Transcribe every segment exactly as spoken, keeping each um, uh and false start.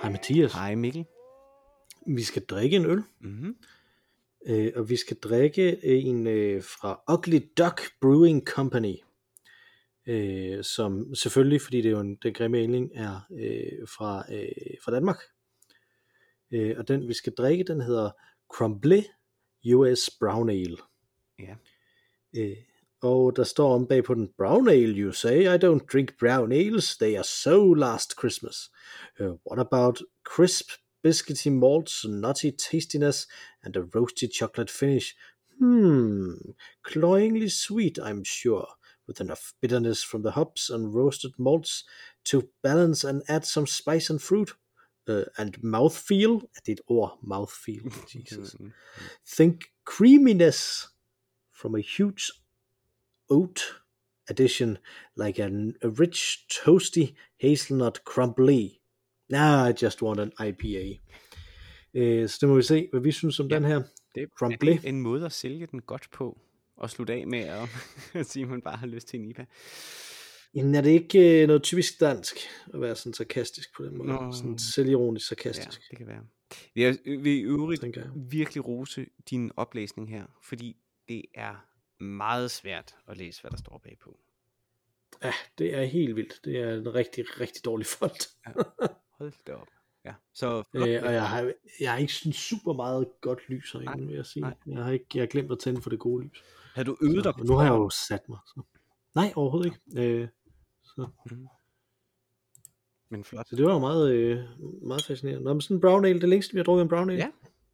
Hej Mathias. Hej Mikkel. Vi skal drikke en øl, Mm-hmm. øh, og vi skal drikke en øh, fra Ugly Duck Brewing Company, øh, som selvfølgelig, fordi det er jo en, den grimme engling, er øh, fra, øh, fra Danmark. Øh, og den vi skal drikke, den hedder Crumble U S Brown Ale. Ja. Øh, og der står om bag på den, Brown Ale, you say, I don't drink brown ales, they are so last Christmas. Uh, what about crisp, biscuity malts, nutty tastiness, and a roasty chocolate finish? Hmm, cloyingly sweet, I'm sure, with enough bitterness from the hops and roasted malts to balance and add some spice and fruit. Uh, and mouthfeel, er det et ord, mouthfeel, Jesus. Think creaminess from a huge oat addition, like an, a rich, toasty hazelnut crumbly. Nah, I just want an I P A. Uh, så det må vi se, hvad vi synes om ja, den her. Det Crumbly. er det en måde at sælge den godt på, og slutte af med at, at sige, at man bare har lyst til en I P A. Jamen er det ikke uh, noget typisk dansk, at være sådan sarkastisk på den måde? Nå. Sådan selvironisk sarkastisk. Ja, det kan være. Jeg vil i øvrigt Tænker jeg. virkelig rose din oplæsning her, fordi det er meget svært at læse, hvad der står bagpå. Ja, det er helt vildt. Det er en rigtig, rigtig dårlig font. Ja. Hold da op. Ja, så øh, og jeg har, jeg har ikke sådan super meget godt lys herinde, vil jeg sige. nej. Jeg har ikke, jeg har glemt at tænde for det gode lys. Har du øvet Så, dig? og nu har jeg jo sat mig. Så. Nej, overhovedet ikke. Øh, så. Mm. Men flot. så det var jo meget, øh, meget fascinerende. Nå, men sådan en brown ale, det længste vi har drukket en brown ale. Ja.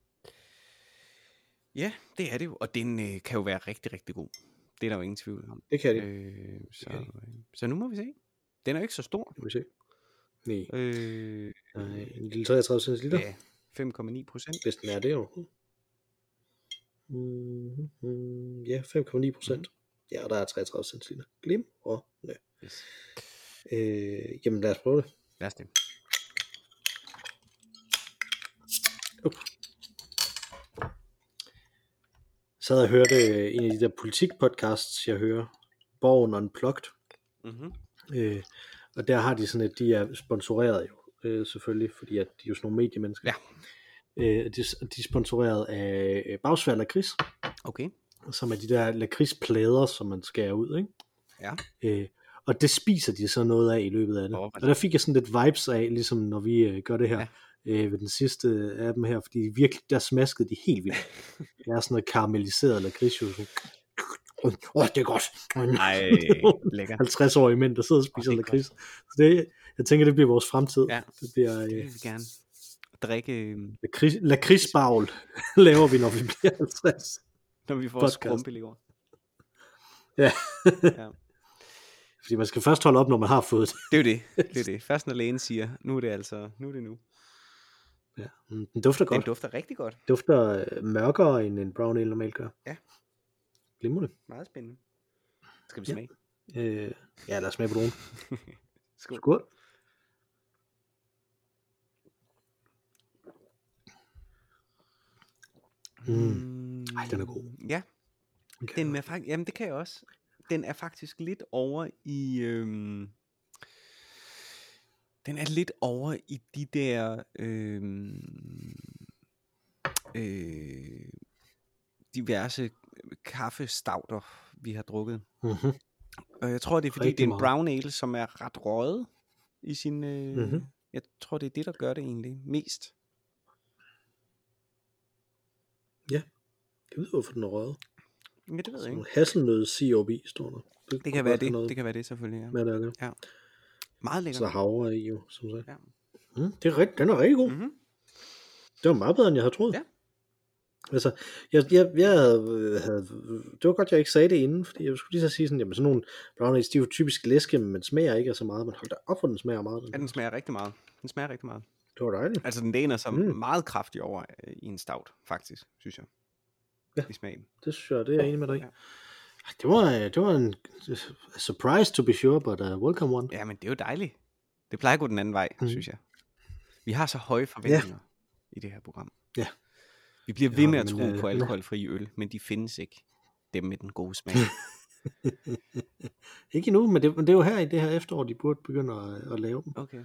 Ja, det er det jo. Og den øh, kan jo være rigtig, rigtig god. Det er der jo ingen tvivl om. Det kan det. Øh, så, kan det. øh, så nu må vi se. Den er jo ikke så stor. Nu må vi se. Nej. Øh, Nej, en lille treogtredive centiliter. ja, fem komma ni procent. Hvis den er det jo. Mm-hmm. Ja, fem komma ni procent. Mm. Ja, og der er treogtredive centiliter. Glim og nø. Yes. Øh, jamen lad os prøve det. Lad os det. Uh. Så havde jeg hørt øh, en af de der politikpodcasts, jeg hører, Borgen Unplugged. Mm-hmm. Øh, og der har de sådan, at de er sponsoreret jo, øh, selvfølgelig, fordi at de er jo sådan nogle mediemennesker. Ja. Øh, de, de er sponsoreret af øh, Bagsvær Lakrids, Okay. som er de der lakridsplader, som man skærer ud, ikke? Ja. Øh, og det spiser de så noget af i løbet af det. Oh, og der fik jeg sådan lidt vibes af, ligesom når vi øh, gør det her, ja. øh, ved den sidste af dem her, fordi virkelig, der smaskede de helt vildt. Det er sådan noget karamelliseret lakridsjuice. Åh, oh, det er godt. Ej, lækker. halvtreds-årige mænd, der sidder og spiser oh, lakrids. Så det, jeg tænker, det bliver vores fremtid. Ja, det bliver det vil vi gerne. Drikke... Lakrids, lakridsbagl laver vi, når vi bliver halvtreds. Når vi får skrumpelever. Ja. Ja. Fordi man skal først holde op, når man har fået det. Det er jo det. Det er det. Først når lægen siger, nu er det altså, nu er det nu. Ja, den dufter godt. Den dufter rigtig godt. Den dufter mørkere, end en brown ale normalt gør. Ja. Glimrende. Meget spændende. Skal vi ja. smage? Øh, ja, lad os smage på nogen. Skål. Skål. Mm. Ej, den er god. Ja. Okay. Den er faktisk, jamen det kan jeg også. Den er faktisk lidt over i øhm, den er lidt over i de der øhm, øh, diverse kaffestauter vi har drukket. Mm-hmm. Og jeg tror det er fordi Rigtig det er en meget. brown ale som er ret røget i sin øh, Mm-hmm. jeg tror det er det der gør det egentlig mest. Ja. Jeg ved hvorfor den er røget. Ja, det ved jeg ikke. Hasselnød C O B står der. Det, det kan være det. Det kan være det selvfølgelig. Ja. Med det, det. Ja. Meget lækkert. Så havre i jo, som sagt. Ja. Mm, det er rigt, den er rigtig god. Mm-hmm. Det var meget bedre, end jeg havde troet. Ja. Altså, jeg, jeg, jeg havde, havde, det var godt, jeg ikke sagde det inden, fordi jeg skulle lige så sige sådan, jamen sådan nogle brown ales, de er jo typisk læske, men smager ikke så meget, men hold da op, hvor den smager meget. Den, Ja, den smager rigtig meget. Den smager rigtig meget. det var dejligt. Altså den læner sig mm. Mm. meget kraftig over øh, i en stout, faktisk, synes jeg. Ja. I smagen. Det synes jeg, det er jeg enig med dig i. Ja. Det var, det var en a surprise to be sure, but a welcome one. Ja, men det er jo dejligt. Det plejer at gå den anden vej, mm. synes jeg. Vi har så høje forventninger ja. i det her program. Ja. Vi bliver ved Ja, med at men, tro øh, på alkoholfri øl, men de findes ikke. Dem med den gode smag. Ikke endnu, men det, men det er jo her i det her efterår, de burde begynde at, at lave dem. Okay.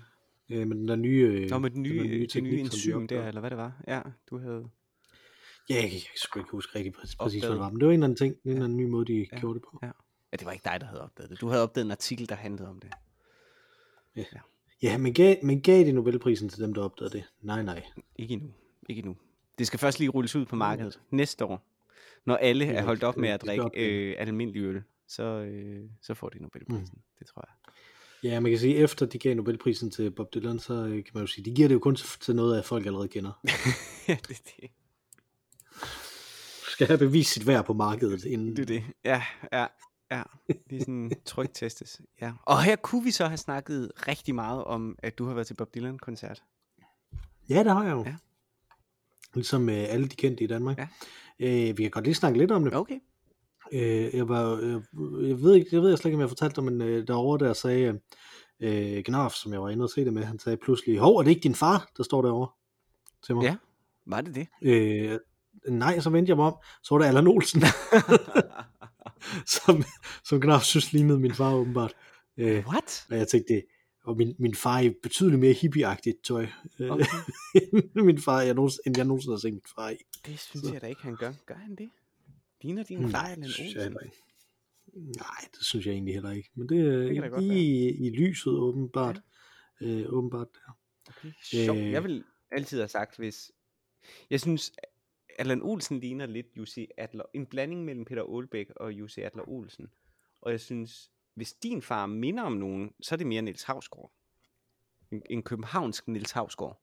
Øh, med den der nye, øh, Nå, med den den nye, der nye det nye teknik, som de enzym der, opdagede. eller hvad det var. Ja, du havde Ja, jeg kan jeg kan sgu ikke huske rigtig præcis, præcis hvad opdaget. det var, men det var en eller anden ting, en Ja, eller anden ny måde, de ja, gjorde det på. ja. Ja, det var ikke dig, der havde opdaget det. Du havde opdaget en artikel, der handlede om det. Ja, Ja. ja men, gav, men gav de Nobelprisen til dem, der opdagede det? Nej, nej. Ikke endnu. Ikke endnu. Det skal først lige rulles ud på Det er markedet rigtigt. næste år. Når alle Det er er holdt rigtigt. op med Det, at det skal drikke opdages. øh, almindelig øl, så, øh, så får de Mm. Nobelprisen. Det tror jeg. Ja, man kan sige, efter de gav Nobelprisen til Bob Dylan, så øh, kan man jo sige, de giver det jo kun til, til noget, at folk allerede kender. Ja, det er det. Skal have bevist sit værd på markedet inden. Det er det. Ja, ja, ja. Det er sådan tryktestes. Ja. Og her kunne vi så have snakket rigtig meget om, at du har været til Bob Dylan-koncert. Ja, det har jeg jo. Ja. Ligesom øh, alle de kendte i Danmark. Ja. Øh, vi kan godt lige snakke lidt om det. Okay. Øh, jeg, var, øh, jeg ved ikke, jeg ved jeg slet ikke, om jeg fortalte dig, men øh, derovre der sagde øh, Gnarf, som jeg var inde og se det med, han sagde pludselig, hov, er det ikke din far, der står derovre til mig? Ja, var det det? Øh, nej, så vendte jeg mig om, så var det Allan Olsen, som, som Gnarf synes lignede min far åbenbart. Øh, What? og jeg tænkte det, og min, min far i betydeligt mere hippieagtigt tøj, øh, Okay. end min far, jeg nogensinde, end jeg nogensinde har set min far i. Det synes Så. jeg da ikke, han gør. Gør han det? Ligner din far, Nej, Allan det synes jeg Olsen? heller ikke. Nej, det synes jeg egentlig heller ikke. Men det er Det kan da godt i, i lyset åbenbart. Ja. Øh, åbenbart der. Okay, sjovt. Øh. Jeg vil altid have sagt, hvis... Jeg synes, Allan Olsen ligner lidt Jussi Adler. En blanding mellem Peter Aalbæk og Jussi Adler Olsen. Og jeg synes, hvis din far minder om nogen, så er det mere Niels Hausgaard. En, en københavnsk Niels Hausgaard.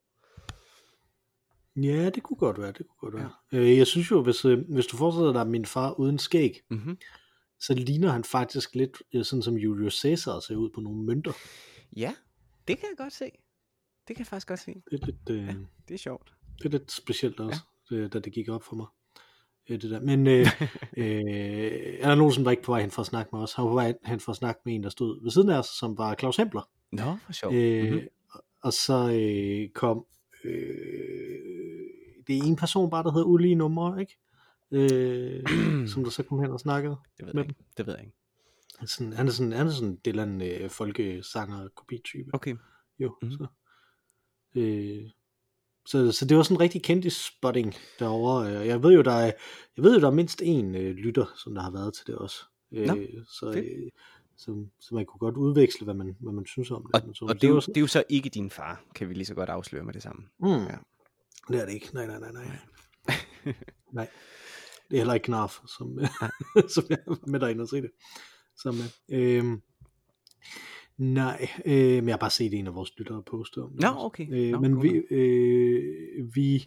Ja, det kunne godt være, det kunne godt være. Ja. Øh, jeg synes jo, hvis, øh, hvis du forestiller dig min far uden skæg, Mm-hmm. så ligner han faktisk lidt øh, sådan som Julius Caesar ser ud på nogle mønter. Ja, det kan jeg godt se. Det kan jeg faktisk godt se. Det er lidt, øh, Ja, det er sjovt. det er lidt specielt også, ja. det, da det gik op for mig. Øh, det der. Men øh, øh, Allan Olsen var ikke på vej hen for at snakke med os. Han var på vej hen for at snakke med en, der stod ved siden af os, som var Claus Hempler. Nå, hvor sjovt. Øh, Mm-hmm. Og så øh, kom øh, det er en person bare, der hedder ulige numre, ikke? Øh, som der så kom hen og snakkede Det ved med jeg ikke. Det ved jeg ikke. dem. Sådan, han er sådan, han er sådan Dylan øh, folkesanger kopitype. Okay. Jo, Mhm. så, øh, så så det var sådan en rigtig kendis spotting derovre. Øh, Jeg ved jo der er, jeg ved jo der er mindst en øh, lytter, som der har været til det også. Øh, Nå, så fedt. øh, så, så man kunne godt udveksle, hvad man, hvad man synes om det. Og, Men så, og det, er jo, var sådan, det er jo så ikke din far, kan vi lige så godt afsløre med det samme. mm, Ja. det er det ikke. Nej, nej, nej, nej. Nej. Det er heller ikke Gnarf, som, som jeg er med derinde og se det. Som, øhm, nej, øh, men jeg har bare set en af vores lyttere poste om det. Nå, også. okay. Øh, Nå, men cool. vi, øh, vi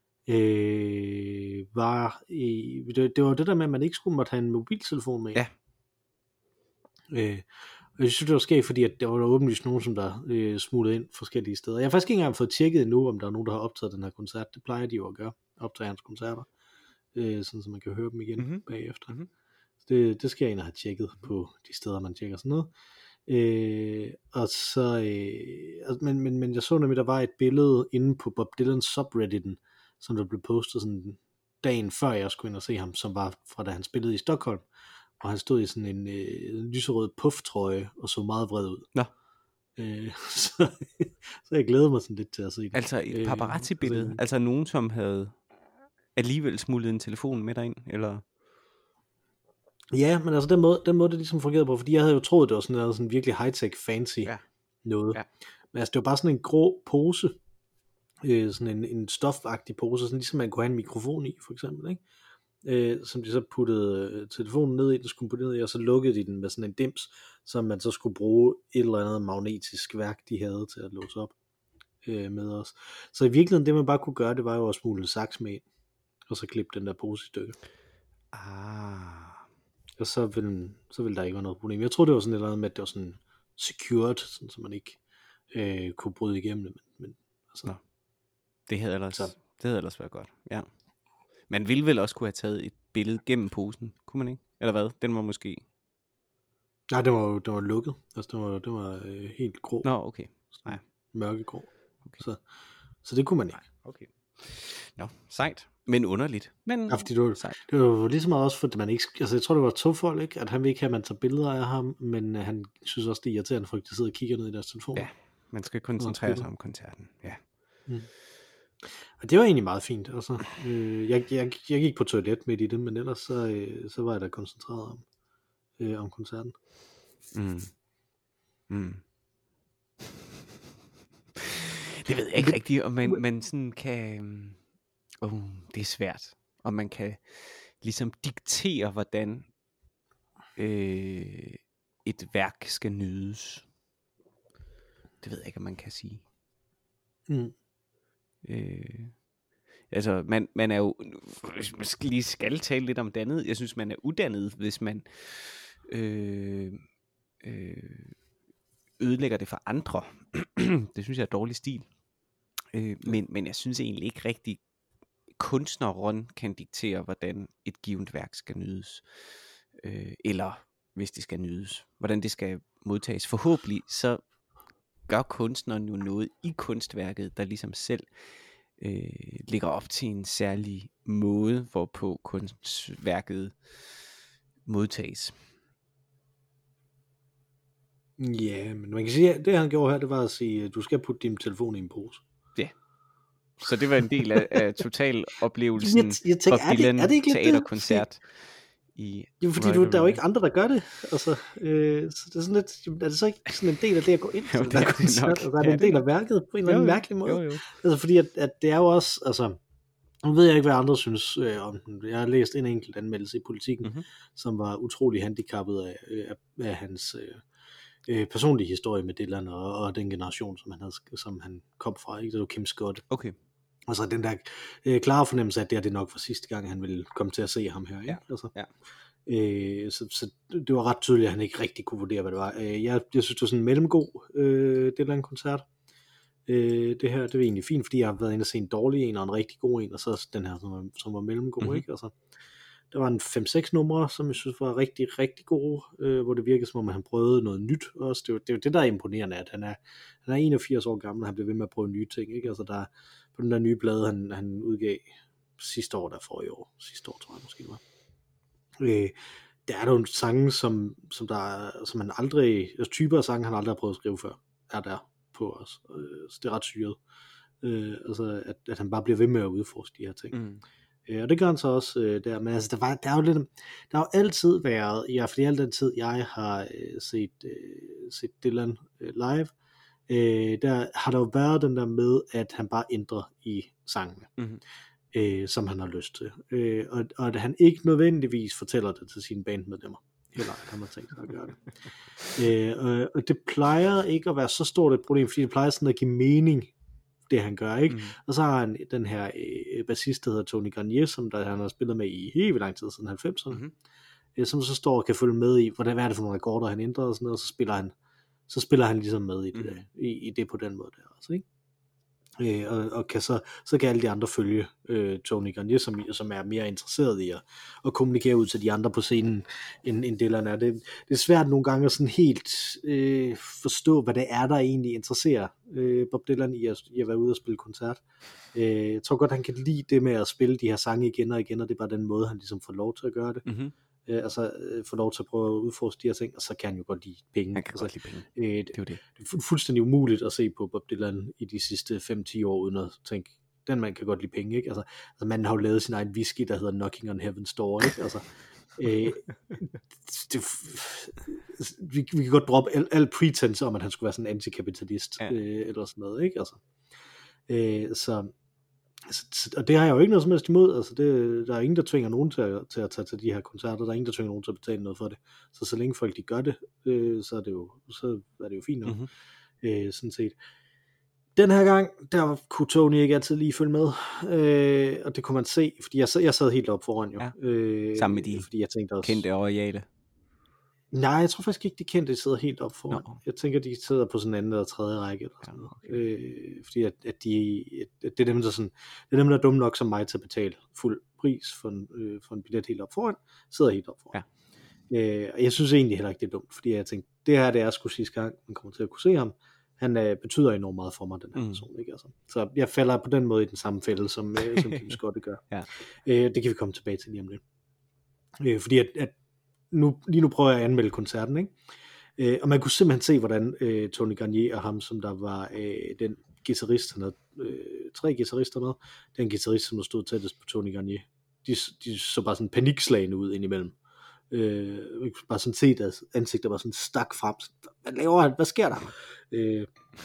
øh, var i, det, det var det der med, at man ikke skulle måtte have en mobiltelefon med. Ja. Øh, og jeg synes, det var skægt, fordi at der var der åbenlyst nogen, som der øh, smuglede ind forskellige steder. Jeg har faktisk ikke engang fået tjekket endnu, om der er nogen, der har optaget den her koncert. Det plejer de jo at gøre, optage hans koncerter, øh, sådan så man kan høre dem igen Mhm. mm-hmm. bagefter. Mhm. Det, det skal jeg ind og have tjekket på de steder, man tjekker sådan noget. Øh, og så, øh, altså, men, men, men jeg så nemlig, der var et billede inde på Bob Dylan subredditen, som der blev postet sådan dagen før jeg skulle ind og se ham, som var fra da han spillede i Stockholm, og han stod i sådan en øh, lyserød pufftrøje og så meget vred ud. Nå. Øh, så, så jeg glæder mig sådan lidt til at se det. Altså et paparazzi-billede, Øh, altså, altså nogen, som havde alligevel smuglet en telefon med derind, eller? Ja, men altså den måde, den måde det ligesom fungerede på, fordi jeg havde jo troet, det var sådan noget sådan virkelig high-tech fancy Ja. noget. Ja. Men altså det var bare sådan en grå pose, øh, sådan en, en stofagtig pose, sådan ligesom man kunne have en mikrofon i, for eksempel, ikke? Øh, som de så puttede øh, telefonen ned i, den skulle putte ned i, og så lukkede de den med sådan en dims, som man så skulle bruge et eller andet magnetisk værk, de havde til at låse op øh, med os. Så i virkeligheden, det man bare kunne gøre, det var jo at smule en saks med ind, og så klippe den der pose i stykker. Ah. Og så ville, så ville der ikke være noget problem. Jeg tror det var sådan et eller andet med, at det var sådan secured, sådan, så man ikke øh, kunne bryde igennem det. Men, men, altså, Nå. Det havde ellers, Så. det havde ellers været godt, ja. Man ville vel også kunne have taget et billede gennem posen, kunne man ikke? Eller hvad? Den var måske... nej, det var, jo- det var lukket. Altså, det var, det var øh, helt grå. Nå, okay. Sådan Nej. Mørkegrå. Okay. Så, så det kunne man ikke. Okay. Nå, sejt. Men underligt. Men Ja, fordi det var, sejt. det var lige så meget også, fordi man ikke... Altså, jeg tror, det var to folk, ikke? At han vil ikke have, at man tager billeder af ham, men øh, han synes også, det er irriterende, at folk der sidder og kigger ned i deres telefon. Ja. man skal koncentrere sig om koncerten. Ja. Mm. Og det var egentlig meget fint. Altså, øh, jeg, jeg, jeg gik på toilet midt i det, men ellers så, øh, så var jeg da koncentreret om, øh, om koncerten. Mm. Mm. Det ved jeg ikke rigtigt, om man, man sådan kan... Oh, det er svært. Om man kan ligesom diktere, hvordan øh, et værk skal nydes. Det ved jeg ikke, om man kan sige. Mm. Øh, altså, man, man er jo... Hvis man skal lige skal tale lidt om det andet. Jeg synes, man er uddannet, hvis man øh, øh, ødelægger det for andre. Det synes jeg er dårlig stil. Øh, men, men jeg synes egentlig ikke rigtig, kunstneren kan diktere, hvordan et givet værk skal nydes. Øh, eller hvis det skal nydes. Hvordan det skal modtages. Forhåbentlig så gør kunstneren jo noget i kunstværket, der ligesom selv øh, ligger op til en særlig måde, hvorpå kunstværket modtages. Ja, men man kan sige, at det han gjorde her, det var at sige, at du skal putte din telefon i en pose. Ja. Så det var en del af, af totaloplevelsen jeg, jeg tænker, Bob Dylan er det, er det ikke teaterkoncert i jo, fordi du, der er jo ikke andre, der gør det. Altså, øh, så det er sådan lidt, er det så ikke sådan en del af det at gå ind til jo, den der koncert? Altså, er det en del af værket på en eller anden mærkelig måde? Jo, jo. Altså, fordi at, at det er jo også, altså, nu ved jeg ikke, hvad andre synes øh, om den. Jeg har læst en enkelt anmeldelse i Politikken, mm-hmm. som var utrolig handicappet af, af, af hans øh, personlige historie med Dylan og, og den generation, som han, havde, som han kom fra. Ikke? Det var Kim Scott. Okay. Og så den der øh, klare fornemmelse af, at det, er det nok var sidste gang, han ville komme til at se ham her. Ikke? Ja. Altså, ja. Øh, så, så det var ret tydeligt, at han ikke rigtig kunne vurdere, hvad det var. Øh, jeg, jeg synes, det var sådan en mellemgod øh, Dylan-koncert. Øh, det her, det var egentlig fint, fordi jeg har været inde og se en dårlig en og en rigtig god en, og så den her, som var, som var mellemgod. Mm-hmm. Ikke? Altså, der var en fem seks numre, som jeg synes var rigtig, rigtig gode, øh, hvor det virkede som om, at han prøvede noget nyt også. Det er jo det, er jo det der er imponerende, at han er, han er enogfirs år gammel, og han bliver ved med at prøve nye ting. Ikke? Altså, der, på den der nye plade, han, han udgav sidste år, der for i år, sidste år tror jeg måske det var. Øh, der er nogle sange, som, som, der, som han aldrig, altså typer af sange, han aldrig har prøvet at skrive før, er der på os. Øh, så det er ret syret. Øh, altså, at, at han bare bliver ved med at udforske de her ting. Mm. Øh, og det gør han så også øh, der. Men altså, der, var, der er jo lidt, der har jo altid været, ja, fordi al den tid, jeg har øh, set, øh, set Dylan øh, live, øh, der har der jo været den der med, at han bare ændrer i sangene. Mm. Øh, som han har lyst til. Øh, og, og at han ikke nødvendigvis fortæller det til sine bandmedlemmer. Heller at han har tænkt sig at gøre det. øh, og, og det plejer ikke at være så stort et problem, fordi det plejer sådan at give mening, det han gør, ikke? Mm. Og så har han den her øh, bassist, der hedder Tony Garnier, som der, han har spillet med i helt lang tid siden halvfemserne, mm-hmm. øh, som så står og kan følge med i, hvordan, hvad er det for nogle akkorder, han ændrer og sådan noget, og så spiller han, så spiller han ligesom med i det, mm. i, i det på den måde der, altså, ikke? Øh, og, og kan så, så kan alle de andre følge øh, Tony Garnier, som, som er mere interesseret i at, at kommunikere ud til de andre på scenen, end, end Dylan er. Det, det er svært nogle gange at sådan helt øh, forstå, hvad det er, der egentlig interesserer øh, Bob Dylan i at, i at være ude og spille koncert. Øh, jeg tror godt, han kan lide det med at spille de her sange igen og igen, og det er bare den måde, han ligesom får lov til at gøre det. Mm-hmm. Øh, altså øh, få lov til at prøve at udforske de her ting, og så kan han jo godt lide penge. Han kan altså, godt lide penge. Øh, det, det er det. Det er fu- fuldstændig umuligt at se på Bob Dylan i de sidste fem til ti år, uden at tænke, den mand kan godt lide penge, ikke? Altså, altså manden har jo lavet sin egen whisky, der hedder Knocking on Heaven's Door, ikke? Altså, øh, det, vi, vi kan godt droppe al, al pretense om, at han skulle være sådan en antikapitalist, ja. øh, eller sådan noget, ikke? Altså, øh, så Altså, og det har jeg jo ikke noget som helst imod. Altså, det, der er ingen, der tvinger nogen til at, til at tage til de her koncerter. Der er ingen, der tvinger nogen til at betale noget for det. Så så længe folk de gør det, øh, så, er det jo, så er det jo fint nok. Mm-hmm. Øh, sådan set. Den her gang, der kunne Tony ikke altid lige følge med. Øh, og det kunne man se, fordi jeg, jeg sad helt op foran jo. Ja. Øh, Sammen med de fordi jeg tænkte også, kendte royale. Nej, jeg tror faktisk ikke, de kendte sidder helt op foran. No. Jeg tænker, de sidder på sådan en anden eller tredje række. Eller sådan noget. Ja, okay. øh, fordi at, at de, at det er dem, der sådan, det er dem, der er dumme nok som mig til at betale fuld pris for en, øh, for en billet helt op foran, sidder helt op foran. Ja. Øh, og jeg synes egentlig heller ikke, det er dumt, fordi jeg tænkte, det her, det er sgu sidste gang, man kommer til at kunne se ham. Han øh, betyder enormt meget for mig, den her mm. person, ikke? Altså, så jeg falder på den måde i den samme fælde, som, øh, som Kim Scott gør. Ja. Øh, det kan vi komme tilbage til lige om lidt. Øh, fordi at, at nu, lige nu prøver jeg at anmelde koncerten, ikke? Øh, og man kunne simpelthen se, hvordan øh, Tony Garnier og ham, som der var øh, den guitarist, han havde øh, tre guitarister med, den guitarist, som der stod tættest på Tony Garnier, de, de så bare sådan panikslagende ud indimellem. Øh, bare sådan se deres ansigter bare sådan stak frem. Hvad laver han? Hvad sker der? Øh,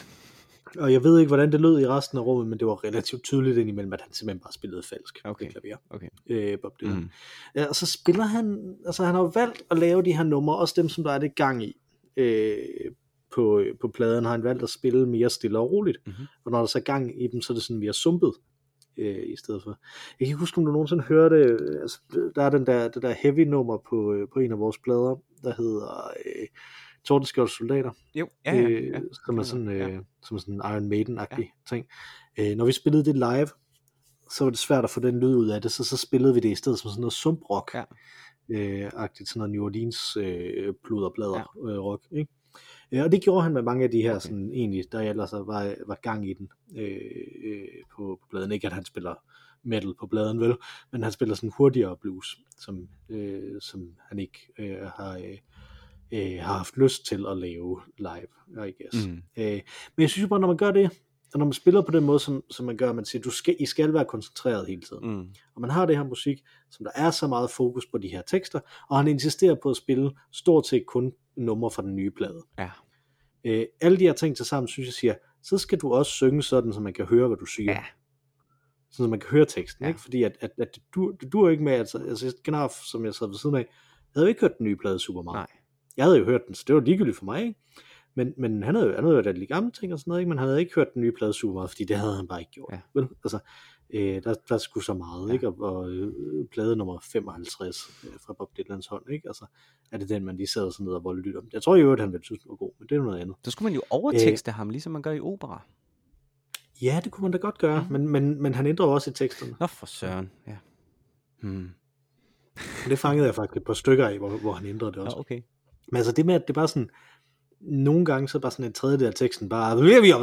og jeg ved ikke, hvordan det lød i resten af rummet, men det var relativt tydeligt indimellem, at han simpelthen bare spillede falsk. Okay. Klavier. Okay. Øh, Bob Dylan. Mm. Ja, og så spiller han, altså han har jo valgt at lave de her numre, også dem, som der er det gang i. Øh, på, på pladen har han valgt at spille mere stille og roligt. Mm-hmm. Og når der så er gang i dem, så er det sådan mere sumpet. Øh, i stedet for. Jeg kan ikke huske, om du nogensinde hørte, altså, der er den der, det der heavy nummer på, på en af vores plader, der hedder øh, Tordenskjolds Soldater. Jo, ja, ja, øh, ja. som er sådan, øh, ja. som er sådan en Iron Maiden-agtig ja. ting. Øh, når vi spillede det live, så var det svært at få den lyd ud af det, så så spillede vi det i stedet som sådan noget sumprock, ja. øh, agtigt, sådan noget New Orleans øh, pluderblader ja. øh, rock, ikke? Ja, og det gjorde han med mange af de her, okay. sådan, egentlig, der ellers var, var gang i den øh, øh, på, på pladen. Ikke at han spiller metal på pladen, vel, men han spiller sådan hurtigere blues, som, øh, som han ikke øh, har, øh, har haft lyst til at lave live, I guess. Mm. Øh, men jeg synes jo bare, når man gør det, og når man spiller på den måde, som, som man gør, man siger, du skal, I skal være koncentreret hele tiden. Mm. Og man har det her musik, som der er så meget fokus på de her tekster, og han insisterer på at spille stort set kun numre fra den nye plade. Ja. Øh, alle de her ting til sammen, synes jeg siger, så skal du også synge sådan, så man kan høre, hvad du siger. Ja. Så man kan høre teksten, ja. Ikke? Fordi at, at, at du, du duer ikke med, altså, altså generelt, som jeg sad ved siden af, jeg havde jo ikke hørt den nye plade super meget. Nej. Jeg havde jo hørt den, så det var ligegyldigt for mig, ikke? Men, men han havde jo, han havde jo hørt alle de gamle ting og sådan noget, ikke? Men han havde ikke hørt den nye plade super meget, fordi det havde han bare ikke gjort. Ja. Vel? Altså, øh, der, der skulle så meget, ja. Ikke? Og, og øh, plade nummer femoghalvtreds øh, fra Bob Dylans hånd, ikke? Altså, er det den, man lige sad sådan ned og voldlytte om. Jeg tror jo, at han ville synes, den var god, men det er noget andet. Så skulle man jo overtekste øh, ham, ligesom man gør i opera. Ja, det kunne man da godt gøre, mm. men, men, men han ændrer også i teksterne. Nå for søren, ja. Hmm. Det fangede jeg faktisk et par stykker af, hvor, hvor han ændrede det også. Ja, okay. Men altså det med, at det bare sådan, nogle gange så er bare sådan en tredjedel af teksten bare,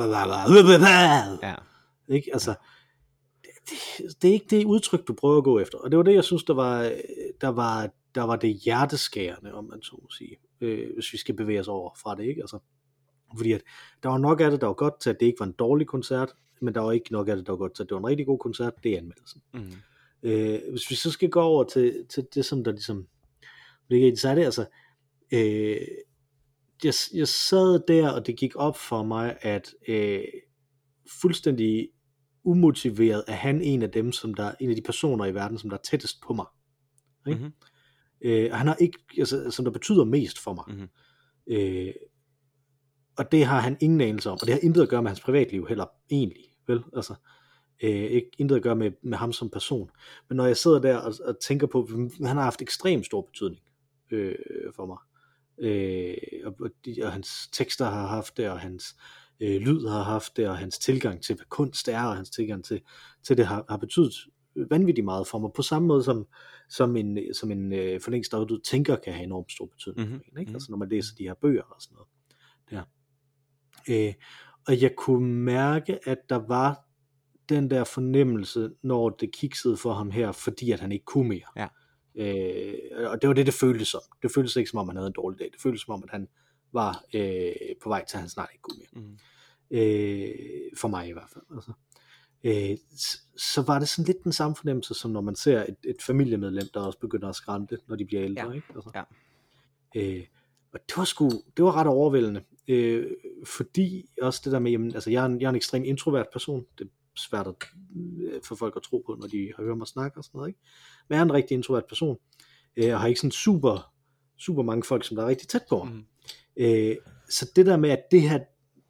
ja. Ikke? Altså, det, det, det er ikke det udtryk, du prøver at gå efter. Og det var det, jeg synes, der var, der var, der var det hjerteskærende, om man så må sige, øh, hvis vi skal bevæge os over fra det, ikke? Altså, fordi at der var nok af det, der var godt til, at det ikke var en dårlig koncert, men der var ikke nok af det, der var godt til, at det var en rigtig god koncert, det er anmeldelsen. Mm. Øh, hvis vi så skal gå over til, til det, som der ligesom ligger i det, så er det altså, øh, jeg, jeg sad der, og det gik op for mig, at øh, fuldstændig umotiveret er han en af dem, som der, en af de personer i verden, som der er tættest på mig. Ikke? Mm-hmm. Øh, han har ikke, altså, som der betyder mest for mig. Mm-hmm. Øh, og det har han ingen anelse om, og det har intet at gøre med hans privatliv heller, egentlig, vel, altså, øh, ikke intet at gøre med, med ham som person, men når jeg sidder der og, og tænker på, han har haft ekstremt stor betydning øh, for mig, øh, og, og, de, og hans tekster har haft det, og hans øh, lyd har haft det, og hans tilgang til, hvad kunst er, og hans tilgang til, til det har, har betydet vanvittigt meget for mig, på samme måde som, som en, som en øh, for længst afdød tænker kan have enormt stor betydning, mm-hmm. for en, ikke? Altså når man læser de her bøger og sådan noget. Der. Øh, og jeg kunne mærke, at der var den der fornemmelse, når det kiksede for ham her, fordi at han ikke kunne mere. Ja. Øh, og det var det, det føltes som. Det føltes ikke som om, han havde en dårlig dag. Det føltes som om, at han var øh, på vej til, at han snart ikke kunne mere. Mm. Øh, for mig i hvert fald. Altså. Øh, så var det sådan lidt den samme fornemmelse, som når man ser et, et familiemedlem, der også begynder at skrænte, når de bliver ældre. Ja. Ikke? Altså. Ja. Øh, og det var sgu, det var ret overvældende. Øh, fordi også det der med, jamen, altså jeg er, en, jeg er en ekstremt introvert person. Det er svært at, for folk at tro på, når de har hørt mig snakke og sådan noget, ikke? Men jeg er en rigtig introvert person, øh, og har ikke sådan super, super mange folk, som der er rigtig tæt på mig. Mm. Øh, så det der med, at det her,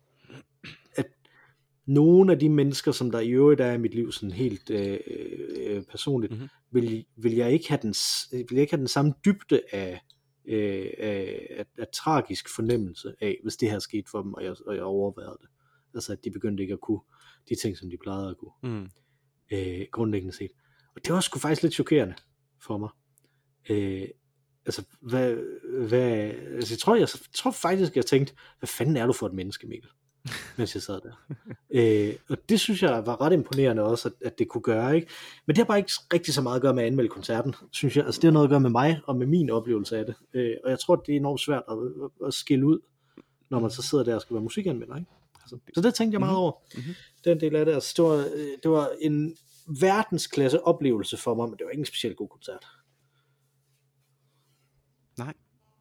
at nogle af de mennesker, som der i øvrigt er i mit liv, sådan helt øh, øh, personligt, mm-hmm. vil, vil, jeg ikke have den, vil jeg ikke have den samme dybde af øh, af, af, af tragisk fornemmelse af, hvis det her skete for dem, og jeg, og jeg overvejede det. Altså, at de begyndte ikke at kunne de ting, som de plejede at kunne. Mm. Øh, grundlæggende set. Og det var sgu faktisk lidt chokerende for mig. Øh, altså, hvad, hvad, altså, jeg tror, jeg, jeg tror faktisk, jeg tænkte, hvad fanden er du for et menneske, Mikkel? Mens jeg sad der. øh, og det synes jeg var ret imponerende også, at, at det kunne gøre, ikke? Men det har bare ikke rigtig så meget at gøre med at anmelde koncerten, synes jeg. Altså, det har noget at gøre med mig, og med min oplevelse af det. Øh, og jeg tror, det er enormt svært at, at, at skille ud, når man så sidder der og skal være musikanmelder, ikke? Altså, så det tænkte jeg meget Mhm. over, Mhm. den del af det. Altså, det, var, øh, det var en verdensklasse oplevelse for mig, men det var ikke en specielt god koncert. Nej.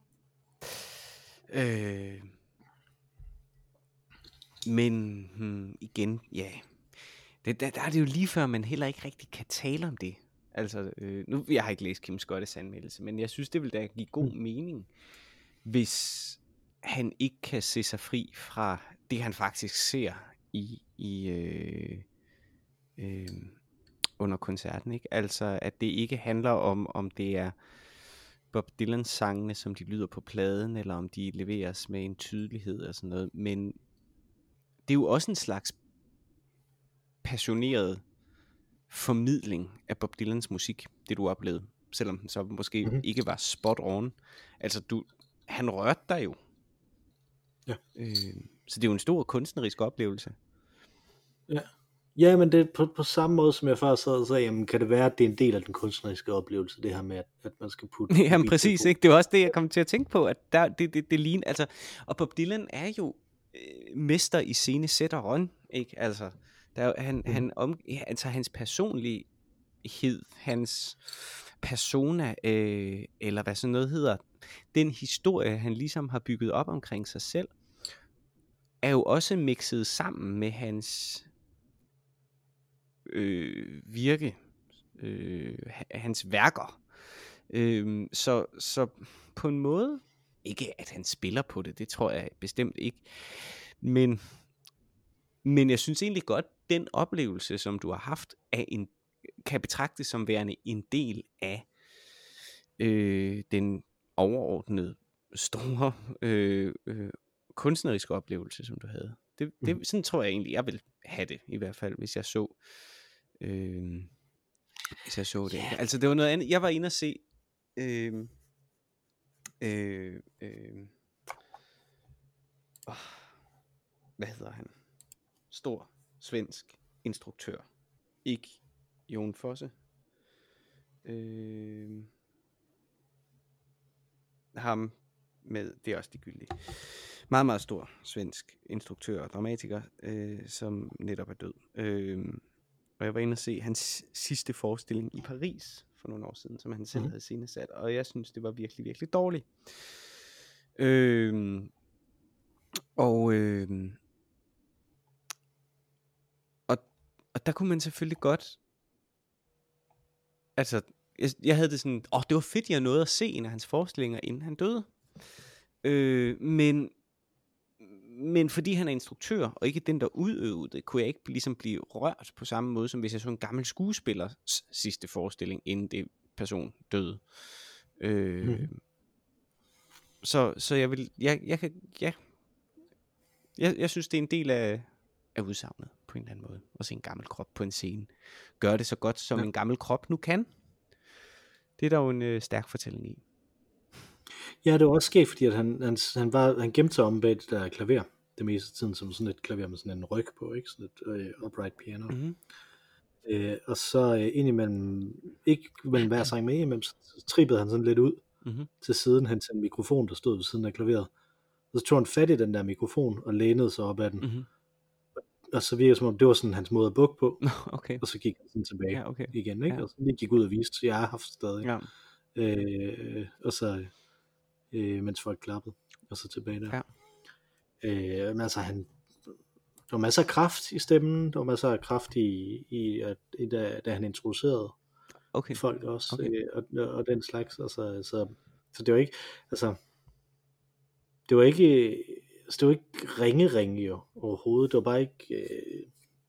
Øh, men hmm, igen, ja, det, der, der er det jo lige før, man heller ikke rigtig kan tale om det. Altså, øh, nu jeg har ikke læst Kim Scottes anmeldelse, men jeg synes, det vil da give god mening, hvis han ikke kan se sig fri fra det, han faktisk ser i, i øh, øh, under koncerten, ikke? Altså, at det ikke handler om, om det er Bob Dylans sangene, som de lyder på pladen, eller om de leveres med en tydelighed og sådan noget, men det er jo også en slags passioneret formidling af Bob Dylans musik, det du oplevede, selvom den så måske Mhm. ikke var spot on. Altså, du, han rørte dig jo. Ja. Øh, så det er jo en stor kunstnerisk oplevelse. Ja. Ja, men det er på, på samme måde, som jeg før sad og sagde, jamen, kan det være, at det er en del af den kunstneriske oplevelse, det her med, at, at man skal putte... Jamen præcis, ikke? Det var også det, jeg kom til at tænke på, at der, det, det, det ligner, altså, og Bob Dylan er jo øh, mester i scenesætteren, ikke? Altså, der er jo, han, Mhm. han om, ja, altså hans personlighed, hans persona, øh, eller hvad sådan noget hedder, den historie, han ligesom har bygget op omkring sig selv, er jo også mixet sammen med hans øh, virke, øh, ha- hans værker. Øh, så, så på en måde, ikke at han spiller på det, det tror jeg bestemt ikke, men, men jeg synes egentlig godt, den oplevelse, som du har haft, af en, kan betragtes som værende en del af øh, den overordnede store øh, øh, kunstneriske oplevelse, som du havde. Det, det, Mhm. sådan tror jeg egentlig, jeg vil have det, i hvert fald, hvis jeg så øh, hvis jeg så det. Ja. Altså, det var noget andet. Jeg var inde og se øh, øh, øh, åh, hvad hedder han? Stor svensk instruktør. Ikke Jon Fosse. Øh, ham med, det er også ligegyldigt. Meget, meget stor svensk instruktør og dramatiker, øh, som netop er død. Øh, og jeg var inde og se hans sidste forestilling i Paris for nogle år siden, som han selv Mhm. havde scenesat, og jeg synes, det var virkelig, virkelig dårligt. Øh, og, øh, og, og der kunne man selvfølgelig godt, altså, jeg, jeg havde det sådan, åh, det var fedt, jeg nåede at se en af hans forestillinger, inden han døde. Øh, men Men fordi han er instruktør, og ikke den, der udøvede det, kunne jeg ikke ligesom blive rørt på samme måde, som hvis jeg så en gammel skuespillers sidste forestilling, inden det person døde. Øh, Mhm. så, så jeg vil, jeg, jeg kan, ja, jeg, jeg synes, det er en del af, af udsagnet, på en eller anden måde, at se en gammel krop på en scene. Gør det så godt, som Ja. en gammel krop nu kan. Det er der jo en øh, stærk fortælling i. Ja, det var også sket, fordi at han, han, han, var, han gemte sig om bag det der klaver, det meste af tiden, som sådan et klaver med sådan en ryg på, ikke? Sådan et øh, upright piano. Mm-hmm. Øh, og så øh, indimellem, ikke mellem hver sang med, imellem, så trippede han sådan lidt ud Mm-hmm. til siden hen til en mikrofon, der stod ved siden af klaveret. Og så tog han fat i den der mikrofon og lænede sig op ad den. Mm-hmm. Og så virkede det som om, det var sådan hans måde at bukke på. Okay. Og så gik han sådan tilbage Ja, okay. igen, ikke? Ja. Og så lige gik ud og viste, jeg har haft stadig. Ja. Øh, og så, øh, mens folk klappede, og så tilbage der. Ja. Øh, men altså, han, der var masser af kraft i stemmen, der var masser af kraft i, i, at, i da, da han introducerede Okay. folk også, Okay. øh, og, og den slags, altså, så, så det var ikke, altså, det var ikke, altså, det var ikke ringe-ringe jo, overhovedet, det var bare ikke, øh,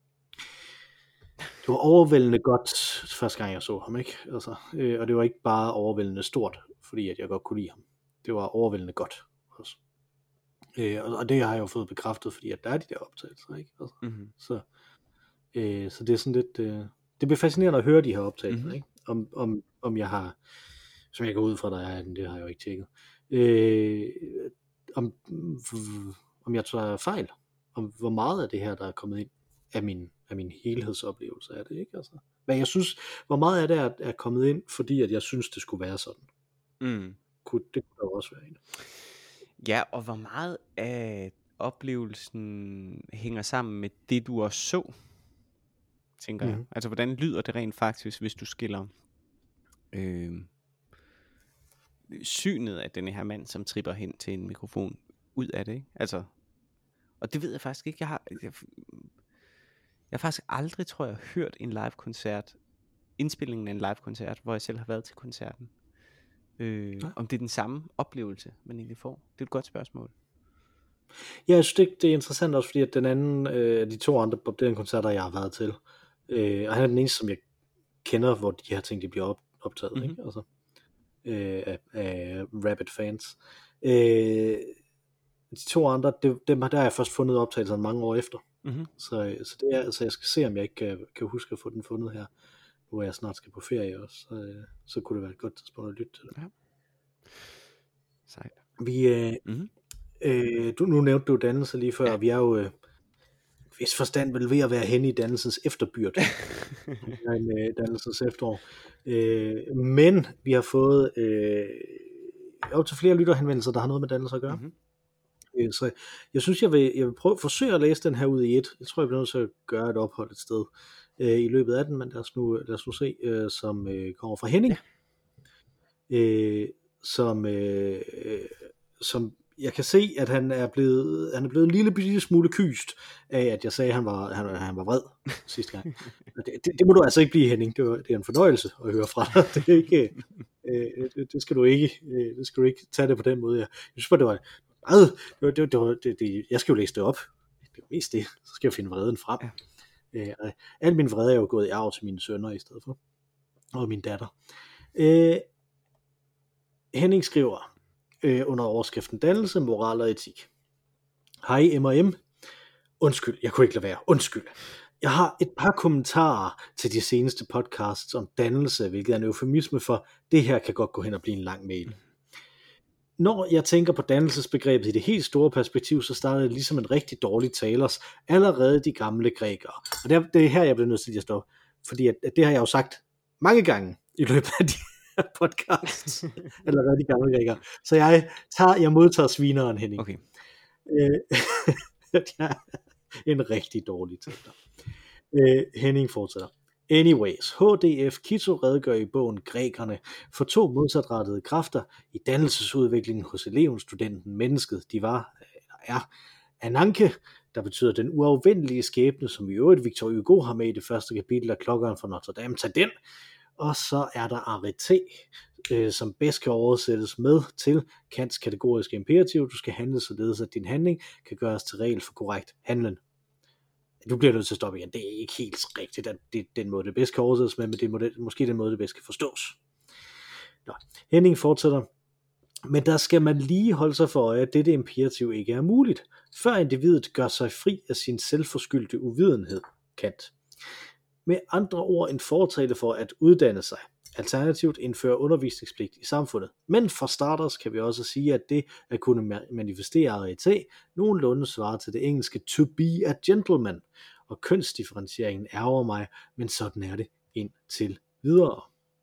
det var overvældende godt, første gang jeg så ham, ikke, altså, øh, og det var ikke bare overvældende stort, fordi at jeg godt kunne lide ham, det var overvældende godt også. Øh, og, og det har jeg jo fået bekræftet, fordi at der er de der optagelser, ikke? Altså, Mm-hmm. så, øh, så det er sådan lidt, øh, det bliver fascinerende at høre de her optagelser, Mhm. ikke? Om, om, om jeg har, som jeg går ud fra, der er den, det har jeg jo ikke tjekket, øh, om, om jeg tager fejl, om hvor meget af det her, der er kommet ind af min, af min helhedsoplevelse af det, ikke? Altså, men jeg synes, hvor meget af det er, er kommet ind, fordi at jeg synes, det skulle være sådan. Mm. Kunne, det kunne der jo også være en. Ja, og hvor meget af oplevelsen hænger sammen med det, du også så, tænker jeg. Mhm. Altså, hvordan lyder det rent faktisk, hvis du skiller øh, synet af den her mand, som tripper hen til en mikrofon, ud af det, ikke? Altså, og det ved jeg faktisk ikke. Jeg har, jeg, jeg har faktisk aldrig, tror jeg, hørt en live-koncert, indspillingen af en live-koncert, hvor jeg selv har været til koncerten. Øh, Nej. om det er den samme oplevelse, man egentlig får. Det er et godt spørgsmål. Ja, jeg synes det, det er interessant også, fordi at den anden, øh, de to andre Bob Dylan-koncerter, jeg har været til, øh, og han er den eneste, som jeg kender, hvor de her ting, de bliver op, optaget, Mhm. ikke? Altså, øh, af, af rabid fans. Øh, de to andre, det, dem har der har jeg først fundet optagelserne mange år efter. Mhm. Så, så det er, altså, jeg skal se, om jeg ikke kan, kan huske at få den fundet her, hvor jeg snart skal på ferie også. Så, øh, så kunne det være et godt tidspunkt at lytte til det. Ja. Sejt. Vi, øh, Mhm. øh, du, nu nævnte du dannelse lige før, Ja. og vi er jo øh, vis forstand vel ved at være henne i dannelsens efterbyrd. Vi er en øh, dannelsens efterår. Øh, men vi har fået øh, op til flere lytterhenvendelser, der har noget med dannelse at gøre. Mhm. Øh, så jeg synes, jeg vil, jeg vil prøve forsøge at læse den her ud i et. Jeg tror, jeg bliver nødt til at gøre et ophold et sted øh, i løbet af den, men lad os nu, lad os nu se, øh, som øh, kommer fra Henning. Ja. Øh, som, øh, øh, som jeg kan se, at han er blevet, han er blevet en lille, lille smule kyst af, at jeg sagde, at han var, han, han var vred sidste gang. Det, det, det må du altså ikke blive, Henning. Det, var, det er en fornøjelse at høre fra dig. Det er ikke, øh, det, det skal du ikke, øh, det skal du ikke tage det på den måde. Jeg, jeg synes bare, det var meget, det, var, det, var, det, det, jeg skal jo læse det op. Det er mest det. Så skal jeg finde vreden frem. Ja. Øh, al min vrede er jo gået i arv til mine sønner i stedet for. Og min datter. Øh, Henning skriver øh, under overskriften dannelse, moral og etik. Hej M og M. Undskyld, jeg kunne ikke lade være. Undskyld. Jeg har et par kommentarer til de seneste podcasts om dannelse, hvilket er en eufemisme for, det her kan godt gå hen og blive en lang mail. Når jeg tænker på dannelsesbegrebet i det helt store perspektiv, så starter det ligesom en rigtig dårlig talers, allerede de gamle grækere. Og det er, det er her, jeg bliver nødt til at stå, fordi at, at det har jeg jo sagt mange gange i løbet af de her podcasts, allerede de gamle grækere. Så jeg, tager, jeg modtager svineren, Henning. Okay. Øh, jeg er en rigtig dårlig taler. Øh, Henning fortsætter. Anyways, H D F Kito redegør i bogen Grækerne for to modsatrettede kræfter i dannelsesudviklingen hos eleven, studenten, mennesket. De var, eller er, Ananke, der betyder den uafvendelige skæbne, som i øvrigt Victor Hugo har med i det første kapitel af Klokkeren fra Notre Dame. Tag den! Og så er der arete, øh, som bedst kan oversættes med til Kants kategoriske imperativ. Du skal handle således, at din handling kan gøres til regel for korrekt handlen. Du bliver nødt til at stoppe igen. Det er ikke helt rigtigt, at det er den måde, det bedst kan oversættes med, men det er måske den måde, det bedst kan forstås. Nå. Henning fortsætter. Men der skal man lige holde sig for øje, at dette imperativ ikke er muligt, før individet gør sig fri af sin selvforskyldte uvidenhed, Kant. Med andre ord en fortale for at uddanne sig. Alternativt indføre undervisningspligt i samfundet. Men for starters kan vi også sige, at det at kunne manifestere arete nogenlunde svarer til det engelske to be a gentleman. Og kønsdifferentieringen ærger mig, men sådan er det indtil videre.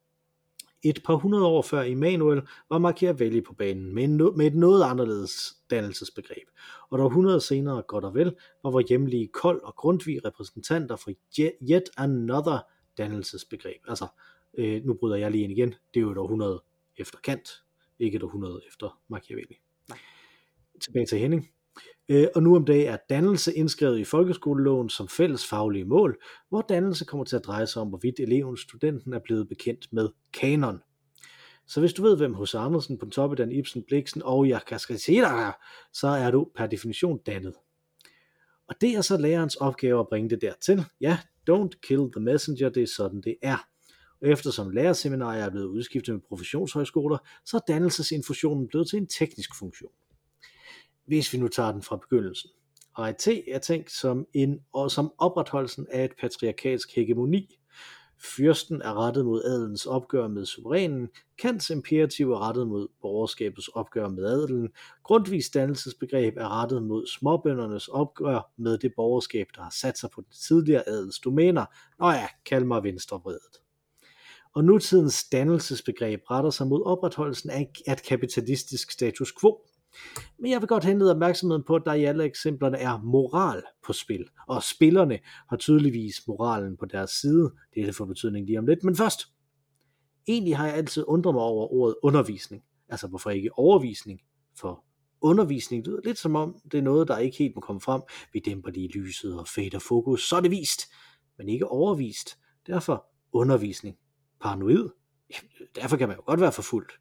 Et par hundrede år før Immanuel var Machiavelli på banen med, no- med et noget anderledes dannelsesbegreb. Og der hundrede senere godt og vel var vores hjemlige Kold og Grundtvig repræsentanter for yet another dannelsesbegreb. Altså, øh, nu bryder jeg lige ind igen, det er jo et århundrede efter Kant, ikke et århundrede efter Machiavelli. Nej. Tilbage til Henning. Øh, og nu om dagen er dannelse indskrevet i folkeskoleloven som fælles faglige mål, hvor dannelse kommer til at dreje sig om, hvorvidt eleven, studenten er blevet bekendt med kanon. Så hvis du ved, hvem H C Andersen, Pontoppidan, Ibsen, Blixen og jeg kan sige dig, så er du per definition dannet. Og det er så lærerens opgave at bringe det dertil. Ja, don't kill the messenger, det er sådan det er. Og eftersom lærerseminarier er blevet udskiftet med professionshøjskoler, så er dannelsesinfusionen blevet til en teknisk funktion. Hvis vi nu tager den fra begyndelsen. Arete er tænkt som, en, og som opretholdelsen af et patriarkalsk hegemoni. Fyrsten er rettet mod adelens opgør med suverænen. Kants imperativ er rettet mod borgerskabets opgør med adelen. Grundtvigs dannelsesbegreb er rettet mod småbøndernes opgør med det borgerskab, der har sat sig på den tidligere adels domæner. Nå ja, kald mig venstrevredet. Og nutidens dannelsesbegreb retter sig mod opretholdelsen af et kapitalistisk status quo. Men jeg vil godt henlede opmærksomheden på, at der i alle eksemplerne er moral på spil, og spillerne har tydeligvis moralen på deres side. Det er det for betydning lige om lidt, men først. Egentlig har jeg altid undret mig over ordet undervisning. Altså hvorfor ikke overvisning? For undervisning lyder lidt som om, det er noget, der ikke helt må komme frem. Vi dæmper lige lyset og fader fokus, så er det vist, men ikke overvist. Derfor undervisning. Paranoid. Derfor kan man jo godt være forfulgt.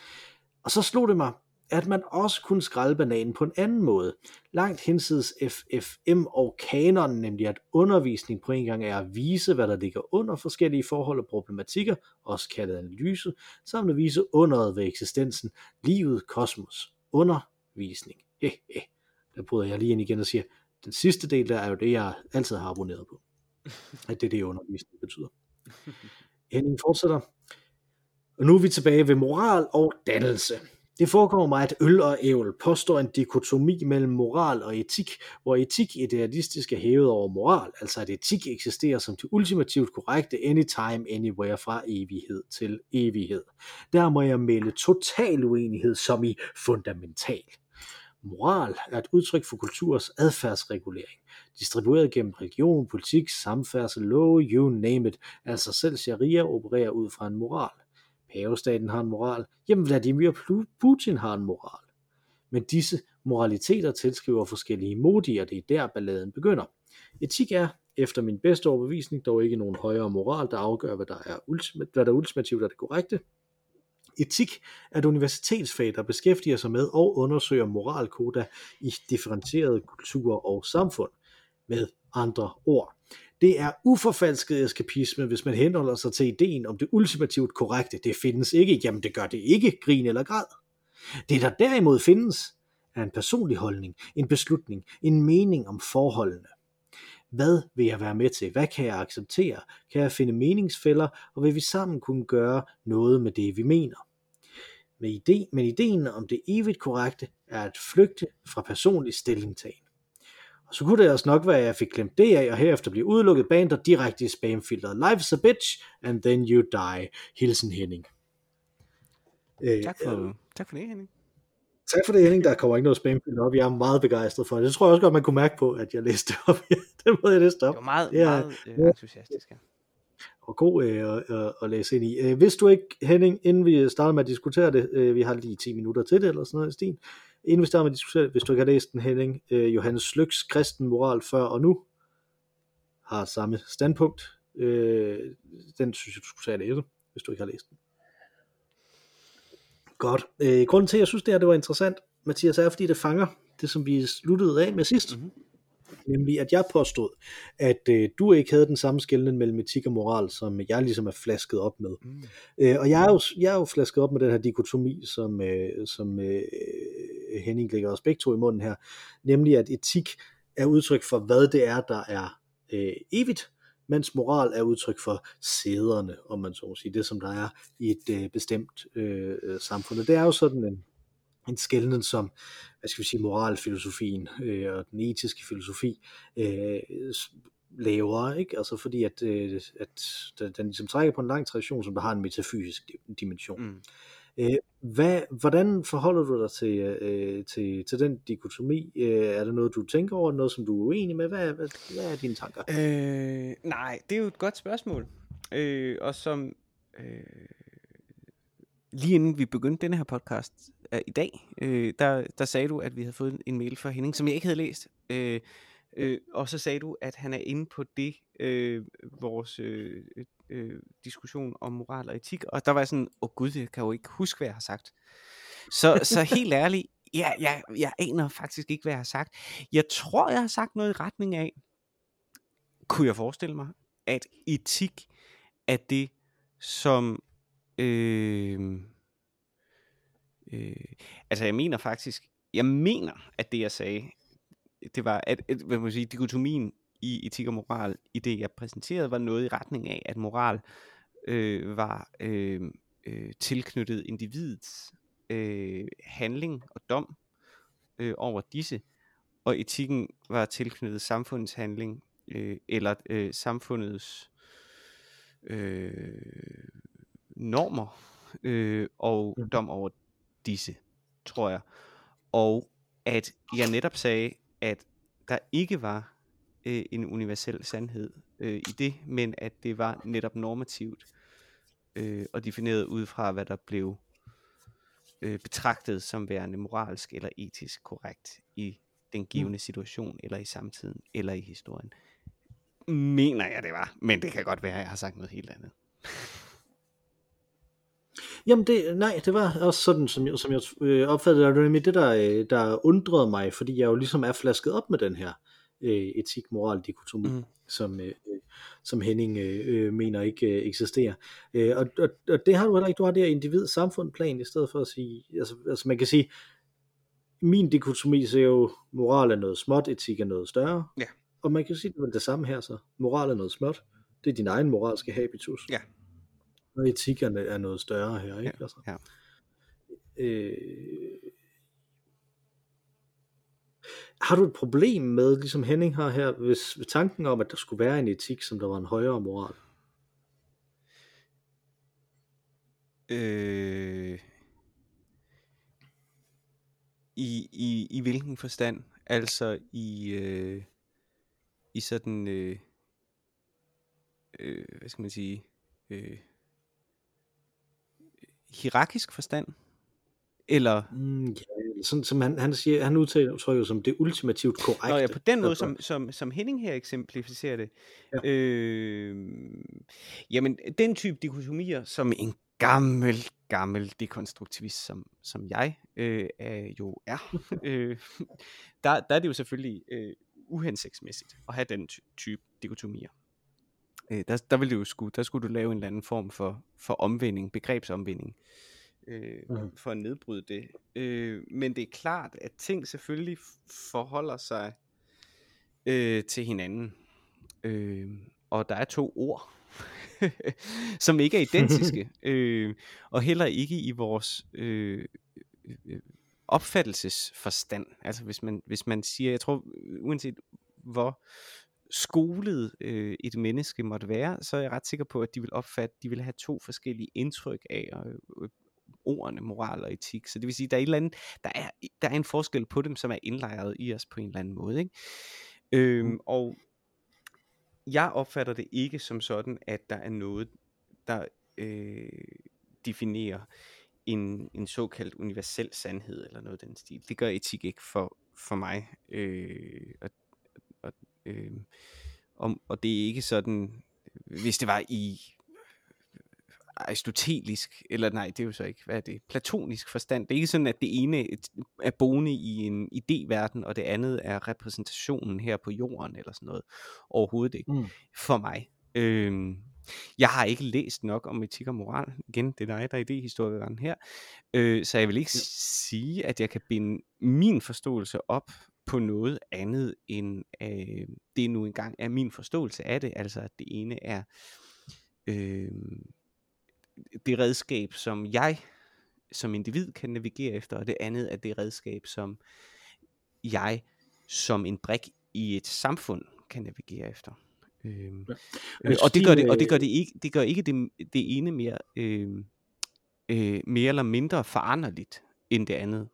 Og så slog det mig, at man også kunne skrælle bananen på en anden måde. Langt hinsides F F M og kanon, nemlig at undervisning på en gang er at vise, hvad der ligger under forskellige forhold og problematikker, også kaldet analyse, samt at vise underet ved eksistensen, livet, kosmos, undervisning. Hehe. Der bryder jeg lige ind igen og siger, den sidste del der er jo det, jeg altid har abonneret på. At det er det, undervisning betyder. Henning fortsætter. Og nu er vi tilbage ved moral og dannelse. Det forekommer mig, at øl og ævl påstår en dikotomi mellem moral og etik, hvor etik idealistisk er hævet over moral, altså at etik eksisterer som det ultimativt korrekte anytime, anywhere fra evighed til evighed. Der må jeg melde total uenighed som i fundamental. Moral er et udtryk for kulturs adfærdsregulering, distribueret gennem religion, politik, samfærdsel, love, you name it, altså selv sharia opererer ud fra en moral. Pavestaten har en moral, jamen Vladimir Putin har en moral. Men disse moraliteter tilskriver forskellige modi, og det er der balladen begynder. Etik er, efter min bedste overbevisning, dog ikke nogen højere moral, der afgør, hvad der er, ultimat, hvad der er ultimativt og det korrekte. Etik er et universitetsfag, der beskæftiger sig med og undersøger moralkoda i differentierede kulturer og samfund. Med andre ord. Det er uforfalsket eskapisme, hvis man henholder sig til ideen om det ultimativt korrekte. Det findes ikke, jamen det gør det ikke, grin eller græd. Det der derimod findes, er en personlig holdning, en beslutning, en mening om forholdene. Hvad vil jeg være med til? Hvad kan jeg acceptere? Kan jeg finde meningsfælder, og vil vi sammen kunne gøre noget med det, vi mener? Men, ide, men ideen om det evigt korrekte er at flygte fra personlig stillingtagen. Og så kunne det også nok være, at jeg fik glemt det af, og herefter blive udelukket bander direkte i spamfilteret. Life's a bitch, and then you die. Hilsen Henning. Øh, tak, for, øh, tak for det, Henning. Tak for det, Henning. Der kommer ikke noget spamfilter op. Jeg er meget begejstret for det. Det tror jeg også godt, man kunne mærke på, at jeg læste op. Den måde, jeg læste op. Det var meget, ja, meget øh, entusiastisk, ja. Og god øh, at, at læse ind i. Hvis du ikke, Henning, inden vi starter med at diskutere det, øh, vi har lige ti minutter til det, eller sådan noget i stil, inden vi starter med at diskutere det, hvis du ikke har læst den, Henning, øh, Johannes Slyks Kristen Moral før og nu, har samme standpunkt, øh, den synes jeg, du skulle tage at læse, hvis du ikke har læst den. Godt. Øh, grunden til, at jeg synes, det her det var interessant, Mathias, er, fordi det fanger det, som vi sluttede af med sidst. Mm-hmm. Nemlig, at jeg påstod, at øh, du ikke havde den samme skelnen mellem etik og moral, som jeg ligesom er flasket op med. Mm. Øh, og jeg er, jo, jeg er jo flasket op med den her dikotomi, som, øh, som øh, Henning lægger os begge to i munden her. Nemlig, at etik er udtryk for, hvad det er, der er øh, evigt, mens moral er udtryk for sæderne, om man så må sige, det som der er i et øh, bestemt øh, samfund. Og det er jo sådan en en skelnen, som, hvad skal vi sige, moralfilosofien øh, og den etiske filosofi øh, laver, ikke? Altså fordi, at, øh, at den ligesom trækker på en lang tradition, som der har en metafysisk dimension. Mm. Øh, hvad, hvordan forholder du dig til, øh, til, til den dikotomi? Øh, er det noget, du tænker over, noget, som du er uenig med? Hvad, hvad, hvad er dine tanker? Øh, nej, det er jo et godt spørgsmål. Øh, og som... Øh... Lige inden vi begyndte denne her podcast uh, i dag, øh, der, der sagde du, at vi havde fået en mail fra Henning, som jeg ikke havde læst. Øh, øh, og så sagde du, at han er inde på det, øh, vores øh, øh, diskussion om moral og etik. Og der var jeg sådan, åh oh gud, jeg kan jo ikke huske, hvad jeg har sagt. Så, så helt ærligt, ja, jeg, jeg aner faktisk ikke, hvad jeg har sagt. Jeg tror, jeg har sagt noget i retning af, kunne jeg forestille mig, at etik er det, som... Øh, øh, altså jeg mener faktisk jeg mener at det jeg sagde det var at, at hvad må man sige, dikotomien i etik og moral i det jeg præsenterede var noget i retning af at moral øh, var øh, øh, tilknyttet individets øh, handling og dom øh, over disse, og etikken var tilknyttet samfundets handling øh, eller øh, samfundets øh, normer øh, og dom over disse, tror jeg. og at jeg netop sagde, at der ikke var øh, en universel sandhed øh, i det, men at det var netop normativt øh, og defineret ud fra, hvad der blev øh, betragtet som værende moralsk eller etisk korrekt i den givne situation, eller i samtiden, eller i historien. Mener jeg, det var. Men det kan godt være, at jeg har sagt noget helt andet. Jamen det, nej, det var også sådan, som jeg, som jeg øh, opfattede det, det, det der, øh, der undrede mig, fordi jeg jo ligesom er flasket op med den her øh, etik-moral-dikotomi, mm. som, øh, som Henning øh, mener ikke øh, eksisterer. Øh, og, og, og det har du heller ikke, du har det her individ-samfund-plan, i stedet for at sige, altså, altså man kan sige, min dikotomi ser jo, moral er noget småt, etik er noget større, ja. Og man kan sige, det er det samme her så, moral er noget småt, det er din egen moralske habitus. Ja. Og etik er noget større her, ikke? Ja, altså. ja. Øh... Har du et problem med, ligesom Henning har her, hvis tanken om, at der skulle være en etik, som der var en højere moral? Øh... I, i, I hvilken forstand? Altså i, øh... i sådan, øh... Øh, hvad skal man sige, øh... hierarkisk forstand? Eller mm, ja, sådan som han, han siger, han udtaler tror jeg som det ultimativt korrekte. Nå ja, på den måde som, som, som Henning her eksemplificerer det. Ja. Øh, jamen den type dikotomier, som en gammel gammel dekonstruktivist som, som jeg øh, er, jo er øh, der, der er det jo selvfølgelig øh, uhensigtsmæssigt at have den ty- type dikotomier. øh, der, der, ville det jo skulle, der skulle du lave en eller anden form for, for omvending, begrebsomvending, øh, mm. for at nedbryde det. Øh, men det er klart, at ting selvfølgelig forholder sig øh, til hinanden. Øh, og der er to ord, som ikke er identiske, øh, og heller ikke i vores øh, øh, opfattelsesforstand. Altså hvis man, hvis man siger, jeg tror, uanset hvor skolet øh, et menneske måtte være, så er jeg ret sikker på, at de vil opfatte, de vil have to forskellige indtryk af øh, ordene moral og etik. Så det vil sige, der er, et eller andet, der er, der er en forskel på dem, som er indlejret i os på en eller anden måde. Ikke? Øhm, mm. Og jeg opfatter det ikke som sådan, at der er noget, der øh, definerer en, en såkaldt universel sandhed, eller noget af den stil. Det gør etik ikke for, for mig. Øh, og, og, øh, og, og det er ikke sådan, hvis det var i aristotelisk, eller nej, det er jo så ikke, hvad er det, platonisk forstand. Det er ikke sådan, at det ene er boende i en idéverden, og det andet er repræsentationen her på jorden, eller sådan noget. Overhovedet ikke. Mm. For mig. Øhm, jeg har ikke læst nok om etik og moral. Igen, det er dig, der er idéhistorikeren her. Øh, så jeg vil ikke ja. sige, at jeg kan binde min forståelse op på noget andet, end øh, det nu engang er min forståelse af det. Altså, at det ene er øh, det redskab, som jeg som individ kan navigere efter, og det andet er det redskab, som jeg som en brik i et samfund kan navigere efter. Øhm, ja. øh, og det gør det, og det gør det ikke, det gør ikke det, det ene mere, øh, øh, mere eller mindre foranderligt end det andet.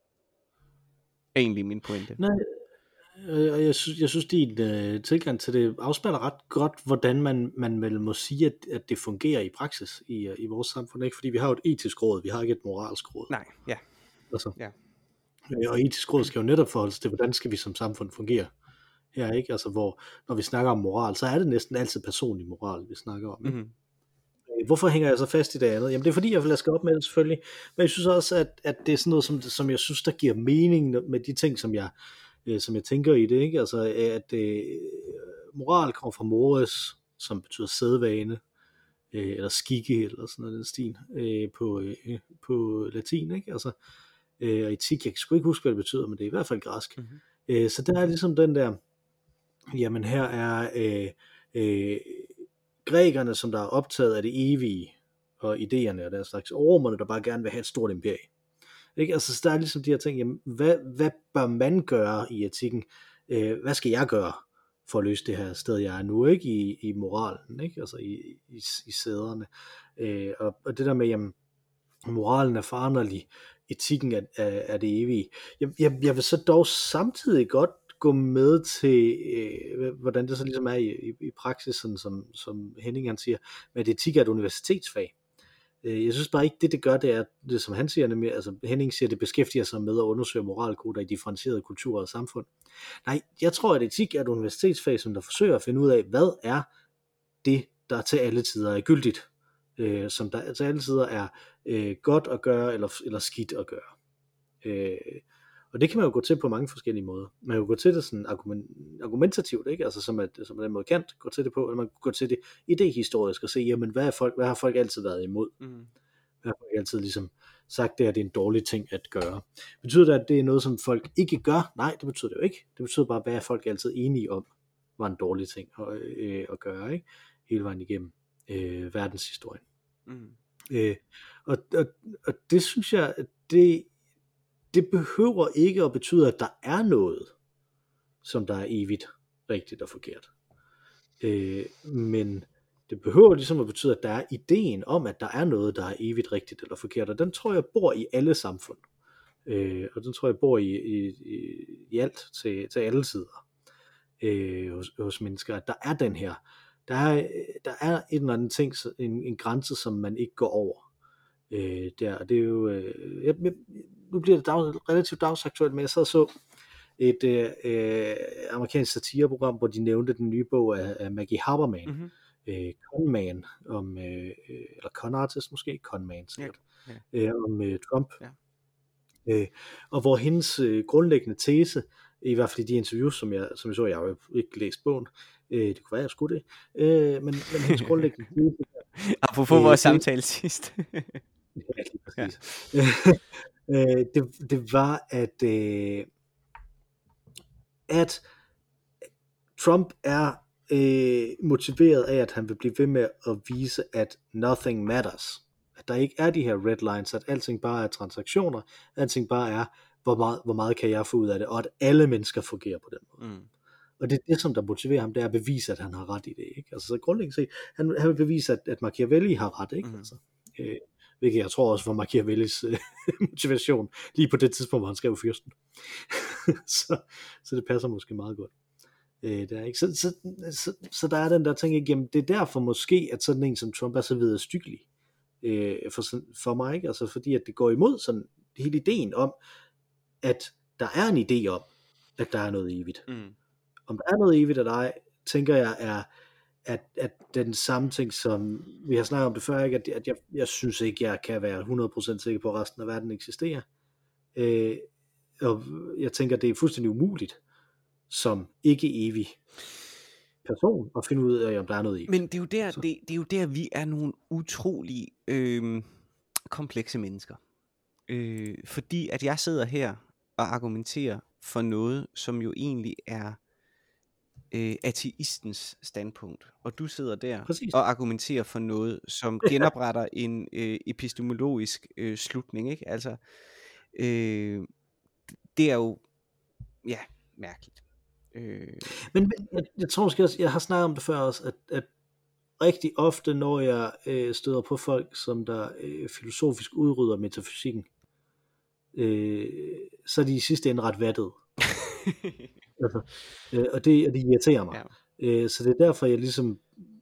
Er egentlig min pointe. Nej, og jeg synes, jeg synes din øh, tilgang til det afspejler ret godt, hvordan man, man vel må sige, at, at det fungerer i praksis i, i vores samfund, ikke? Fordi vi har jo et etisk råd, vi har ikke et moralsk råd. Nej, ja. Altså, ja. Og etisk råd skal jo netop forholde sig til, hvordan skal vi som samfund fungere her, ikke? Altså, hvor når vi snakker om moral, så er det næsten altid personlig moral, vi snakker om, ikke? Mm-hmm. Hvorfor hænger jeg så fast i det andet? Jamen det er fordi, jeg vil skal op med det selvfølgelig, men jeg synes også, at, at det er sådan noget, som, som jeg synes, der giver mening med de ting, som jeg som jeg tænker i det, ikke? Altså at øh, moral kommer fra mores, som betyder sædvane, øh, eller skikke, eller sådan noget den stil, øh, på, øh, på latin, ikke? Altså, øh, og etik, jeg kan sgu ikke huske, hvad det betyder, men det er i hvert fald græsk. Mm-hmm. Øh, så der er ligesom den der, jamen her er øh, øh, grækerne, som der er optaget af det evige, og idéerne og den slags, romerne, der bare gerne vil have et stort imperie. Ikke? Altså, så der er ligesom de her ting, jamen, hvad, hvad bør man gøre i etikken? Øh, hvad skal jeg gøre for at løse det her sted, jeg er nu, ikke? I, i moralen, ikke? Altså i, i, i sæderne. Øh, og, og det der med, jamen, moralen er foranderlig, etikken er, er, er det evige. Jeg, jeg, jeg vil så dog samtidig godt gå med til, øh, hvordan det så ligesom er i, i, i praksis, sådan som, som Henning han siger, med at etik er et universitetsfag. Jeg synes bare ikke, det det gør, det er det, som han siger, nemlig, altså Henning siger, det beskæftiger sig med at undersøge moralkoder i differentierede kulturer og samfund. Nej, jeg tror, at etik er et universitetsfag, som der forsøger at finde ud af, hvad er det, der til alle tider er gyldigt, øh, som der til alle tider er øh, godt at gøre, eller, eller skidt at gøre. Øh, og det kan man jo gå til på mange forskellige måder. Man kan jo gå til det sådan argument, argumentativt, ikke? Altså som, at, som den måde Kant gå til det på, eller man kan gå til det idehistorisk og se, jamen hvad, er folk, hvad har folk altid været imod? Mm. Hvad har folk altid ligesom sagt, det er, det er en dårlig ting at gøre? Betyder det, at det er noget, som folk ikke gør? Nej, det betyder det jo ikke. Det betyder bare, hvad er folk altid enige om, var en dårlig ting at, øh, at gøre, ikke? Hele vejen igennem øh, verdenshistorien. Mm. Øh, og, og, og det synes jeg, det det behøver ikke at betyde, at der er noget, som der er evigt rigtigt og forkert. Øh, men det behøver ligesom at betyde, at der er ideen om, at der er noget, der er evigt rigtigt eller forkert, og den tror jeg bor i alle samfund. Øh, og den tror jeg bor i, i, i, i alt til, til alle sider øh, hos, hos mennesker, at der er den her, der er, der er en eller anden ting, en, en grænse, som man ikke går over. Øh, der, det er jo, øh, jeg, jeg, nu bliver det dag, relativt dagsaktuelt, men jeg sad og så et øh, amerikansk satireprogram, hvor de nævnte den nye bog af, af Maggie Haberman, mm-hmm. øh, Con Man, om, øh, eller Con Artist måske, Con Man, ja, ja. Øh, om øh, Trump, ja. øh, og hvor hendes øh, grundlæggende tese, i hvert fald i de interviews, som jeg, som jeg så, jeg har jo ikke læst bogen, øh, det kunne være, jeg skulle det, øh, men, men hendes grundlæggende tese, apropos øh, vores samtale sidst. Ja, lige præcis. Ja. øh, det, det var, at, øh, at Trump er øh, motiveret af, at han vil blive ved med at vise, at nothing matters. At der ikke er de her red lines, at alting bare er transaktioner, alting bare er, hvor meget, hvor meget kan jeg få ud af det, og at alle mennesker fungerer på den måde. Mm. Og det er det, som der motiverer ham, det er at bevise, at han har ret i det. Ikke? Altså så grundlæggende set, han, han vil bevise, at, at Machiavelli har ret, ikke? Mm. Altså, øh, hvilket jeg tror også var Machiavellis øh, motivation, lige på det tidspunkt, hvor han skrev Fyrsten. så, så det passer måske meget godt. Øh, det er, ikke? Så, så, så, så der er den der ting, ikke? Jamen, det er derfor måske, at sådan en som Trump er så vederstyggelig øh, for, for mig, ikke? Altså fordi at det går imod sådan hele ideen om, at der er en idé om, at der er noget evigt. Mm. Om der er noget evigt eller ej, tænker jeg er At, at den samme ting, som vi har snakket om det før, ikke? At, at jeg, jeg synes ikke, jeg kan være hundrede procent sikker på, at resten af verden eksisterer. Øh, og jeg tænker, det er fuldstændig umuligt, som ikke evig person, at finde ud af, om der er noget evigt. Men det er jo der, det, det er jo der vi er nogle utrolig øh, komplekse mennesker. Øh, fordi at jeg sidder her og argumenterer for noget, som jo egentlig er Øh, ateistens standpunkt, og du sidder der Præcis. Og argumenterer for noget, som genopretter en øh, epistemologisk øh, slutning, ikke? Altså, øh, det er jo, ja, mærkeligt. Øh. Men, men jeg, jeg tror måske også, jeg har snakket om det før også, at, at rigtig ofte, når jeg øh, støder på folk, som der øh, filosofisk udrydder metafysikken, øh, så er de i sidste ende ret vattet. Altså, øh, og, det, og det irriterer mig. Ja. Øh, så det er derfor, jeg ligesom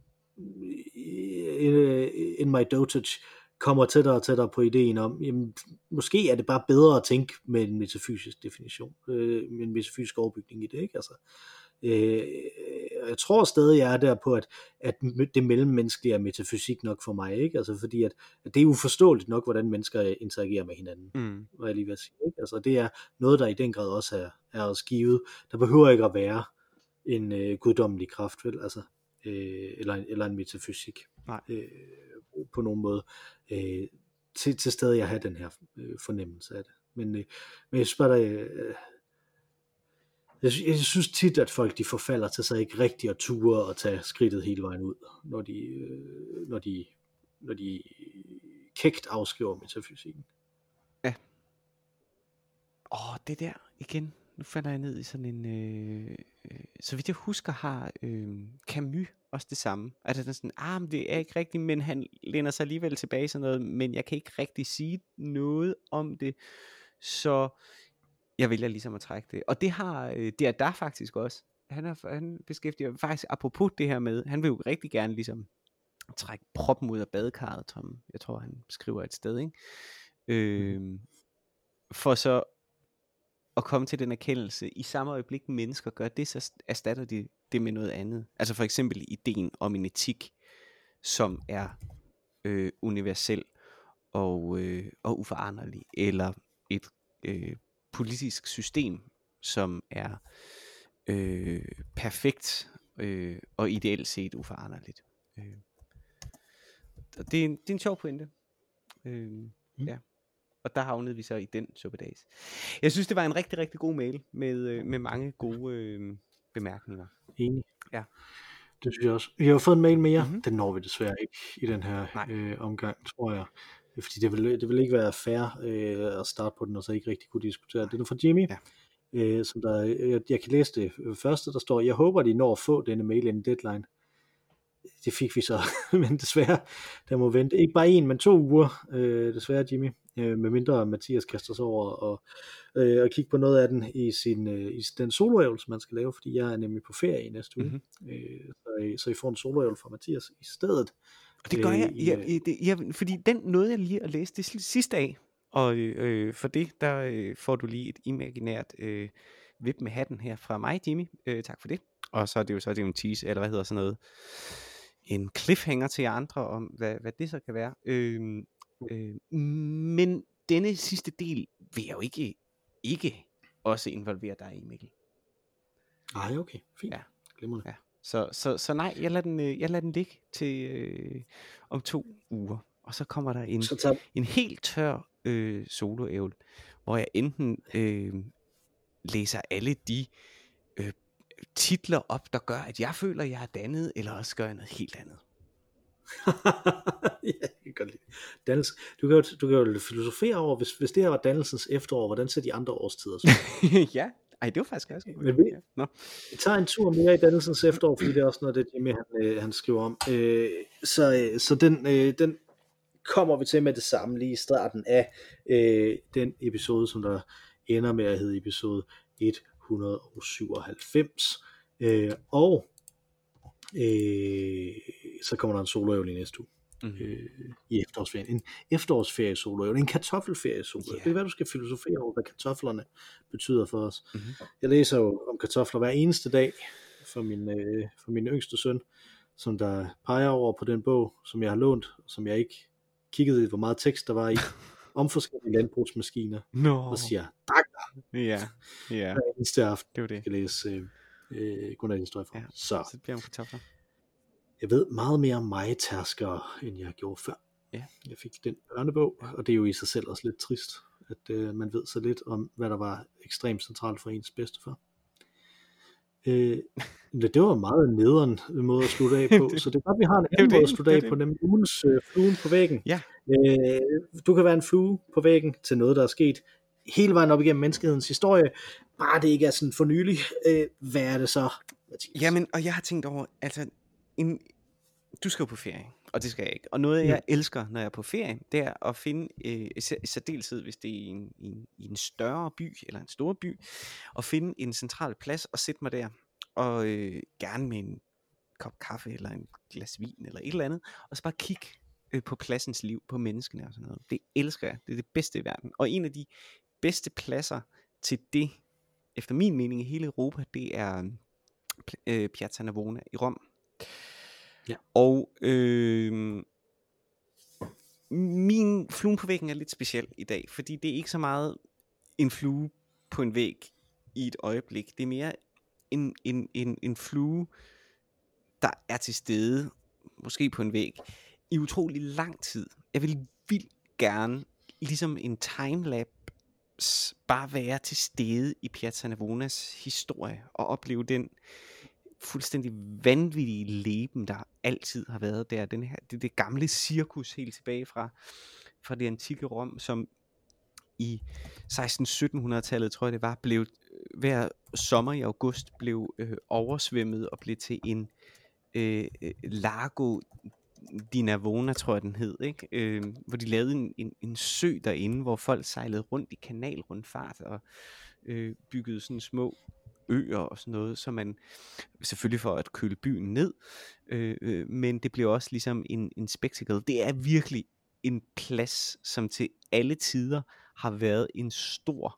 in, in my dotage kommer tættere og tættere på ideen om, jamen, måske er det bare bedre at tænke med en metafysisk definition, øh, med en metafysisk overbygning i det, ikke? Altså, øh, jeg tror stadig, jeg er der på, at, at det mellemmenneskelige er metafysik nok for mig, ikke? Altså, fordi at, at det er uforståeligt nok, hvordan mennesker interagerer med hinanden, mm. hvad jeg lige vil sige, ikke? Altså, det er noget, der i den grad også er, er os givet. Der behøver ikke at være en øh, guddommelig kraft, vel? Altså, øh, eller, eller en metafysik. Nej. Øh, på nogen måde øh, til, til stadig at have den her øh, fornemmelse af det. Men, øh, men jeg synes bare, der, øh, jeg, jeg synes tit, at folk de forfalder til sig ikke rigtig at ture og tage skridtet hele vejen ud, når de, øh, når de, når de kægt afskriver metafysikken. Ja. Åh, det der igen. Nu falder jeg ned i sådan en, øh, øh, så vidt jeg husker, har øh, Camus også det samme. Altså det er sådan, ah, men det er ikke rigtigt, men han læner sig alligevel tilbage sådan noget, men jeg kan ikke rigtig sige noget om det, så jeg vælger ligesom at trække det. Og det har øh, det er der faktisk også. Han, er, han beskæftiger faktisk, apropos det her med, han vil jo rigtig gerne ligesom trække proppen ud af badekarret, som jeg tror han skriver et sted, ikke? Øh, mm. For så at komme til den erkendelse, i samme øjeblik mennesker gør det, så erstatter de det med noget andet. Altså for eksempel ideen om en etik, som er øh, universel og, øh, og uforanderlig, eller et øh, politisk system, som er øh, perfekt øh, og ideelt set uforanderligt. Øh. Og det, er en, det er en sjov pointe. Øh, mm. Ja. Og der havnede vi så i den suppedags. Jeg synes, det var en rigtig, rigtig god mail med, med mange gode øh, bemærkninger. Enig. Ja. Det synes jeg også. Vi har jo fået en mail mere. Mm-hmm. Den når vi desværre ikke i den her øh, omgang, tror jeg. Fordi det vil, det vil ikke være fair øh, at starte på den, og så ikke rigtig kunne diskutere. Det er fra Jimmy. Ja. Øh, som der, jeg, jeg kan læse det første, der står, jeg håber, de når at få denne mail inden deadline. Det fik vi så, men desværre, der må vente. Ikke bare en, men to uger, øh, desværre Jimmy. Øh, med mindre Mathias kaster sig over og, øh, og kigge på noget af den i, sin, øh, i den soloøvelse, man skal lave, fordi jeg er nemlig på ferie i næste uge. Mm-hmm. Øh, så, så I får en soloøvelse fra Mathias i stedet. Og det gør jeg, øh, jeg, jeg, det, jeg fordi den nåede jeg lige at læse det sidste af, og øh, for det, der øh, får du lige et imaginært øh, vip med hatten her fra mig, Jimmy. Øh, tak for det. Og så er det jo så er det jo en tease, eller hvad hedder sådan noget, en cliffhanger til jer andre, om hvad, hvad det så kan være. Øh, øh, men denne sidste del vil jeg jo ikke, ikke også involvere dig i, Mikkel. Nej, okay, fint. Ja. Glimrende. Ja. Så, så, så nej, jeg lader den, jeg lader den ligge til øh, om to uger. Og så kommer der en, tager... en helt tør øh, soloævl, hvor jeg enten øh, læser alle de øh, titler op, der gør, at jeg føler, at jeg er dannet, eller også gør jeg noget helt andet. Ja, jeg kan godt lide. Dannelse. Du kan jo, du kan jo filosofere over, hvis, hvis det her var dannelsens efterår, hvordan ser de andre årstider så? Ja, ej, det var faktisk også. Men vi, ja. vi tager en tur mere i dannelsens efterår, fordi det er også noget, det Jimmy han, øh, han skriver om. Øh, så så den, øh, den kommer vi til med det samme lige i starten af øh, den episode, som der ender med at hedde episode et hundrede syvoghalvfems. Øh, og øh, så kommer der en soloøvelse i næste uge. Mm-hmm. Øh, i efterårsferien. En efterårsferie soloøvelse, en kartoffelferie soloøvelse. Yeah. Det er hvad du skal filosofere over, hvad kartoflerne betyder for os. Mm-hmm. Jeg læser jo om kartofler hver eneste dag for min, øh, for min yngste søn, som der peger over på den bog, som jeg har lånt, som jeg ikke kiggede i, hvor meget tekst der var i, om forskellige landbrugsmaskiner, no. og siger, tak. Ja, ja. Hver eneste aften, det var det. Jeg skal læse øh, øh, godnat-historie fra. Ja, så. så bliver om kartofler. Jeg ved meget mere om majtærskere, end jeg gjorde før. Ja. Jeg fik den børnebog, og det er jo i sig selv også lidt trist, at øh, man ved så lidt om, hvad der var ekstremt centralt for ens bedstefar. Øh, det var meget nederen måde at slutte af på, så det er godt, vi har en anden måde at slutte af på, nemlig ugens øh, fluen på væggen. Ja. Øh, du kan være en flue på væggen til noget, der er sket hele vejen op igennem menneskehedens historie, bare det ikke er sådan for nylig. Øh, hvad er det så, Mathias? Jamen, og jeg har tænkt over, altså, en, du skal jo på ferie, og det skal jeg ikke. Og noget, jeg ja. elsker, når jeg er på ferie, det er at finde, øh, i særdeleshed, hvis det er i en, i, en, i en større by, eller en stor by, at finde en central plads og sætte mig der, og øh, gerne med en kop kaffe, eller en glas vin, eller et eller andet, og så bare kigge øh, på pladsens liv, på menneskene og sådan noget. Det elsker jeg. Det er det bedste i verden. Og en af de bedste pladser til det, efter min mening i hele Europa, det er øh, Piazza Navona i Rom. Ja. Og øh, min flue på væggen er lidt speciel i dag, fordi det er ikke så meget en flue på en væg i et øjeblik. Det er mere en, en, en, en flue, der er til stede, måske på en væg, i utrolig lang tid. Jeg vil vildt gerne, ligesom en timelapse, bare være til stede i Piazza Navonas historie, og opleve den fuldstændig vanvittige leben, der altid har været der. Den her, det, det gamle cirkus helt tilbage fra, fra det antikke Rom, som i seksten sytten hundrede-tallet, tror jeg det var, blev hver sommer i august blev øh, oversvømmet og blev til en øh, øh, Lago di Navona, tror jeg den hed, ikke? Øh, hvor de lavede en, en, en sø derinde, hvor folk sejlede rundt i kanalrundfart og øh, byggede sådan små øer og sådan noget, så man selvfølgelig for at køle byen ned, øh, øh, men det blev også ligesom en, en spectacle. Det er virkelig en plads, som til alle tider har været en stor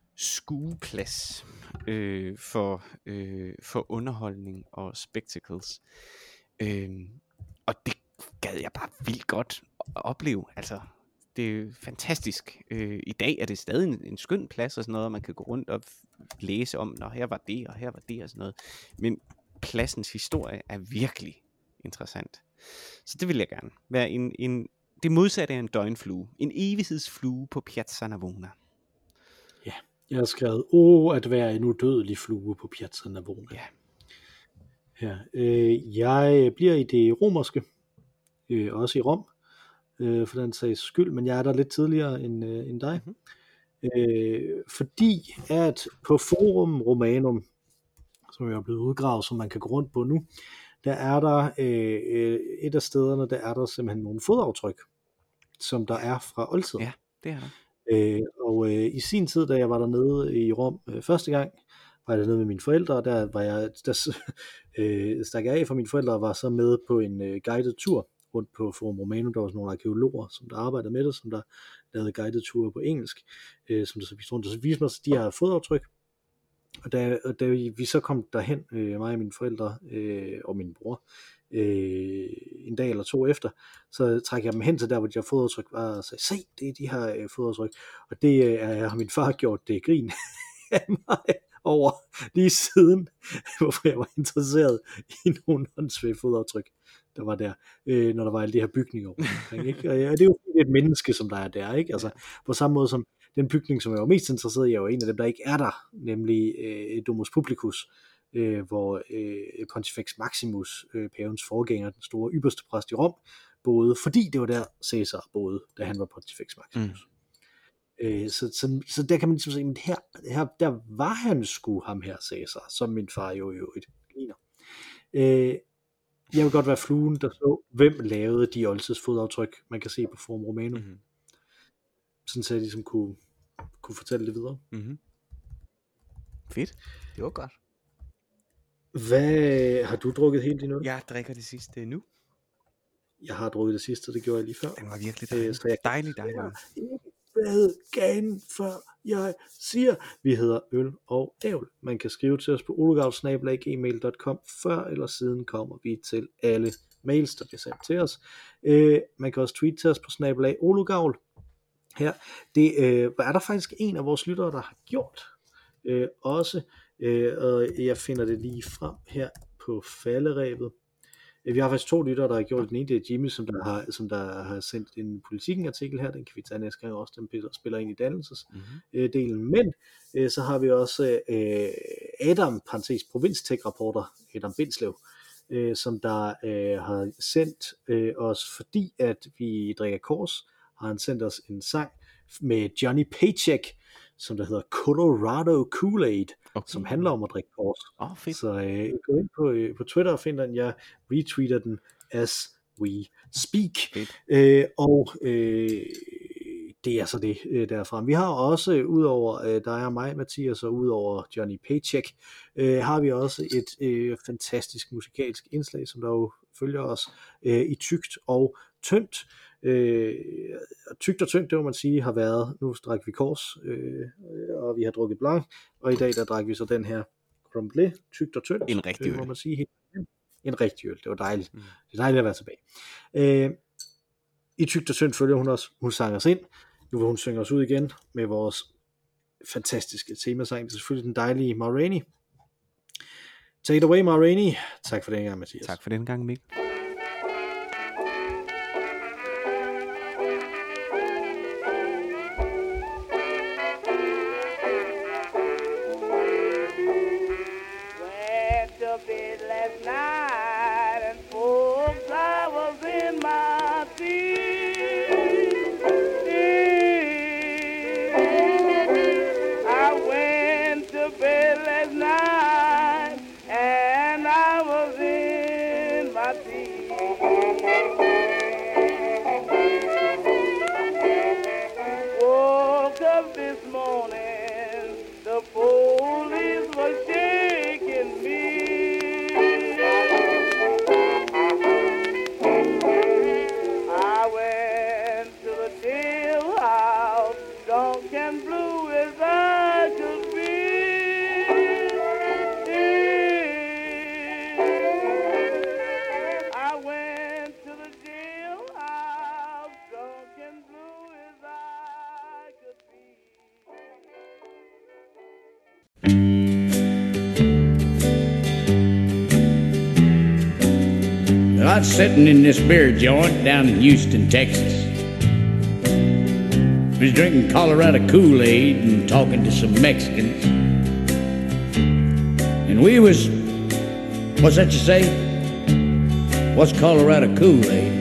skueplads øh, for, øh, for underholdning og spectacles. Øh, og det gad jeg bare vildt godt at opleve. Altså, det er jo fantastisk. Øh, I dag er det stadig en, en skøn plads og sådan noget, og man kan gå rundt og f- læse om, når her var det, og her var det og sådan noget. Men pladsens historie er virkelig interessant. Så det vil jeg gerne. Være en, en, det modsatte af en døgnflue. En evighedsflue på Piazza Navona. Ja, jeg har skrevet, åh, at være en udødelig flue på Piazza Navona. Ja. Ja, øh, jeg bliver i det romerske, øh, også i Rom, øh, for den sags skyld, men jeg er der lidt tidligere end, øh, end dig. Mm-hmm. Øh, fordi at på Forum Romanum, som jeg er blevet udgravet, som man kan gå rundt på nu, der er der øh, et af stederne, der er der simpelthen nogle fodaftryk, som der er fra oldtiden. Ja, det er der. Øh, og øh, i sin tid, da jeg var dernede i Rom øh, første gang, var jeg dernede med mine forældre, og der var jeg, der øh, stak jeg af for mine forældre, og var så med på en øh, guided tur rundt på Forum Romanum. Der var sådan nogle arkeologer, som der arbejdede med det, som der lavede guided ture på engelsk, øh, som der så viste rundt, og så viste mig så de her fodaftryk. Og da, og da vi så kom derhen, øh, mig og mine forældre øh, og min bror, øh, en dag eller to efter, så trækker jeg dem hen til der, hvor de her fodaftryk var, og sagde, se, det er de her øh, fodaftryk. Og det øh, har min far gjort det grin af mig over lige siden, hvorfor jeg var interesseret i nogle håndsvære fodaftryk, der var der, øh, når der var alle de her bygninger omkring, ikke? Og, og det er jo et menneske, som der er der, ikke? Altså, på samme måde som den bygning, som jeg var mest interesseret i, er jo en af dem, der ikke er der, nemlig øh, Domus Publicus, øh, hvor øh, Pontifex Maximus, øh, pavens forgænger, den store ypperste præst i Rom, boede, fordi det var der Caesar boede, da han var Pontifex Maximus. Mm. Øh, så, så, så der kan man ligesom sige, at her, her, der var han sgu ham her Caesar, som min far jo jo et ligner. Øh, jeg vil godt være fluen, der så, hvem lavede de oldtidsfodaftryk, man kan se på Forum Romanum. Mm-hmm. Sådan så jeg ligesom kunne, kunne fortælle det videre. Mm-hmm. Fedt. Det var godt. Hvad, har du drukket helt din øl? Jeg drikker det sidste nu. Jeg har drukket det sidste, det gjorde jeg lige før. Den var virkelig dejlig. Så jeg dejlig, dejlig. Hvad gan før jeg siger, vi hedder Øl og Ævl. Man kan skrive til os på olugavl snabel-a gmail punktum com. Før eller siden kommer vi til alle mails, der bliver sendt til os. Øh, man kan også tweete til os på snabel-a olugavl. Her, det øh, er der faktisk en af vores lyttere, der har gjort øh, også, øh, og jeg finder det lige frem her på falderæbet. Vi har faktisk to lyttere, der har gjort det. Den ene, det er Jimmy, som der har, som der har sendt en Politiken-artikel her, den kan vi tage næste gang også, den spiller ind i dannelsesdelen. Mm-hmm. Men øh, så har vi også øh, Adam, parentes provinstech-rapporter, Adam Bindslev, øh, som der øh, har sendt øh, os, fordi at vi drikker kors, har han sendt os en sang med Johnny Paycheck, som der hedder Colorado Kool-Aid, okay, som handler om at drikke kors. Oh, fedt. Så øh, gå ind på, øh, på Twitter og find den, jeg retweeter den as we speak. Øh, og øh, det er så det øh, derfra. Vi har også, øh, udover øh, dig og mig, Mathias, og udover Johnny Paycheck, øh, har vi også et øh, fantastisk musikalsk indslag, som der jo følger os øh, i tykt og tyndt. Øh, tykt og tyndt, det må man sige, har været, nu drak vi kors, øh, og vi har drukket blanc, og i dag der drak vi så den her crumble, tykt og tyndt. En rigtig øl. Må man sige. En rigtig øl, det var dejligt. Mm. Det er dejligt at være tilbage. Øh, I tykt og tyndt følger hun os, hun sang os ind, nu vil hun synge os ud igen med vores fantastiske temasang, det er selvfølgelig den dejlige Ma Rainey. Take it away, Ma Rainey. Tak for den gang, Mathias. Tak for den gang, Mikkel. And I was in I was sitting in this beer joint down in Houston, Texas. I was drinking Colorado Kool-Aid and talking to some Mexicans. And we was, what's that you say? What's Colorado Kool-Aid?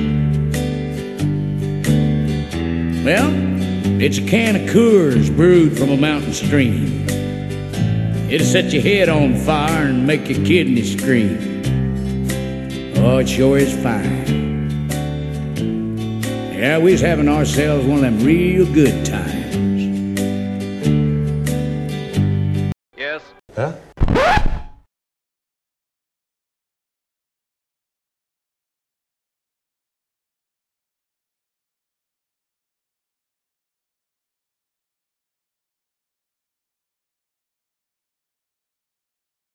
Well, it's a can of Coors brewed from a mountain stream. It'll set your head on fire and make your kidneys scream. Oh, it sure is fine. Yeah, we was having ourselves one of them real good times.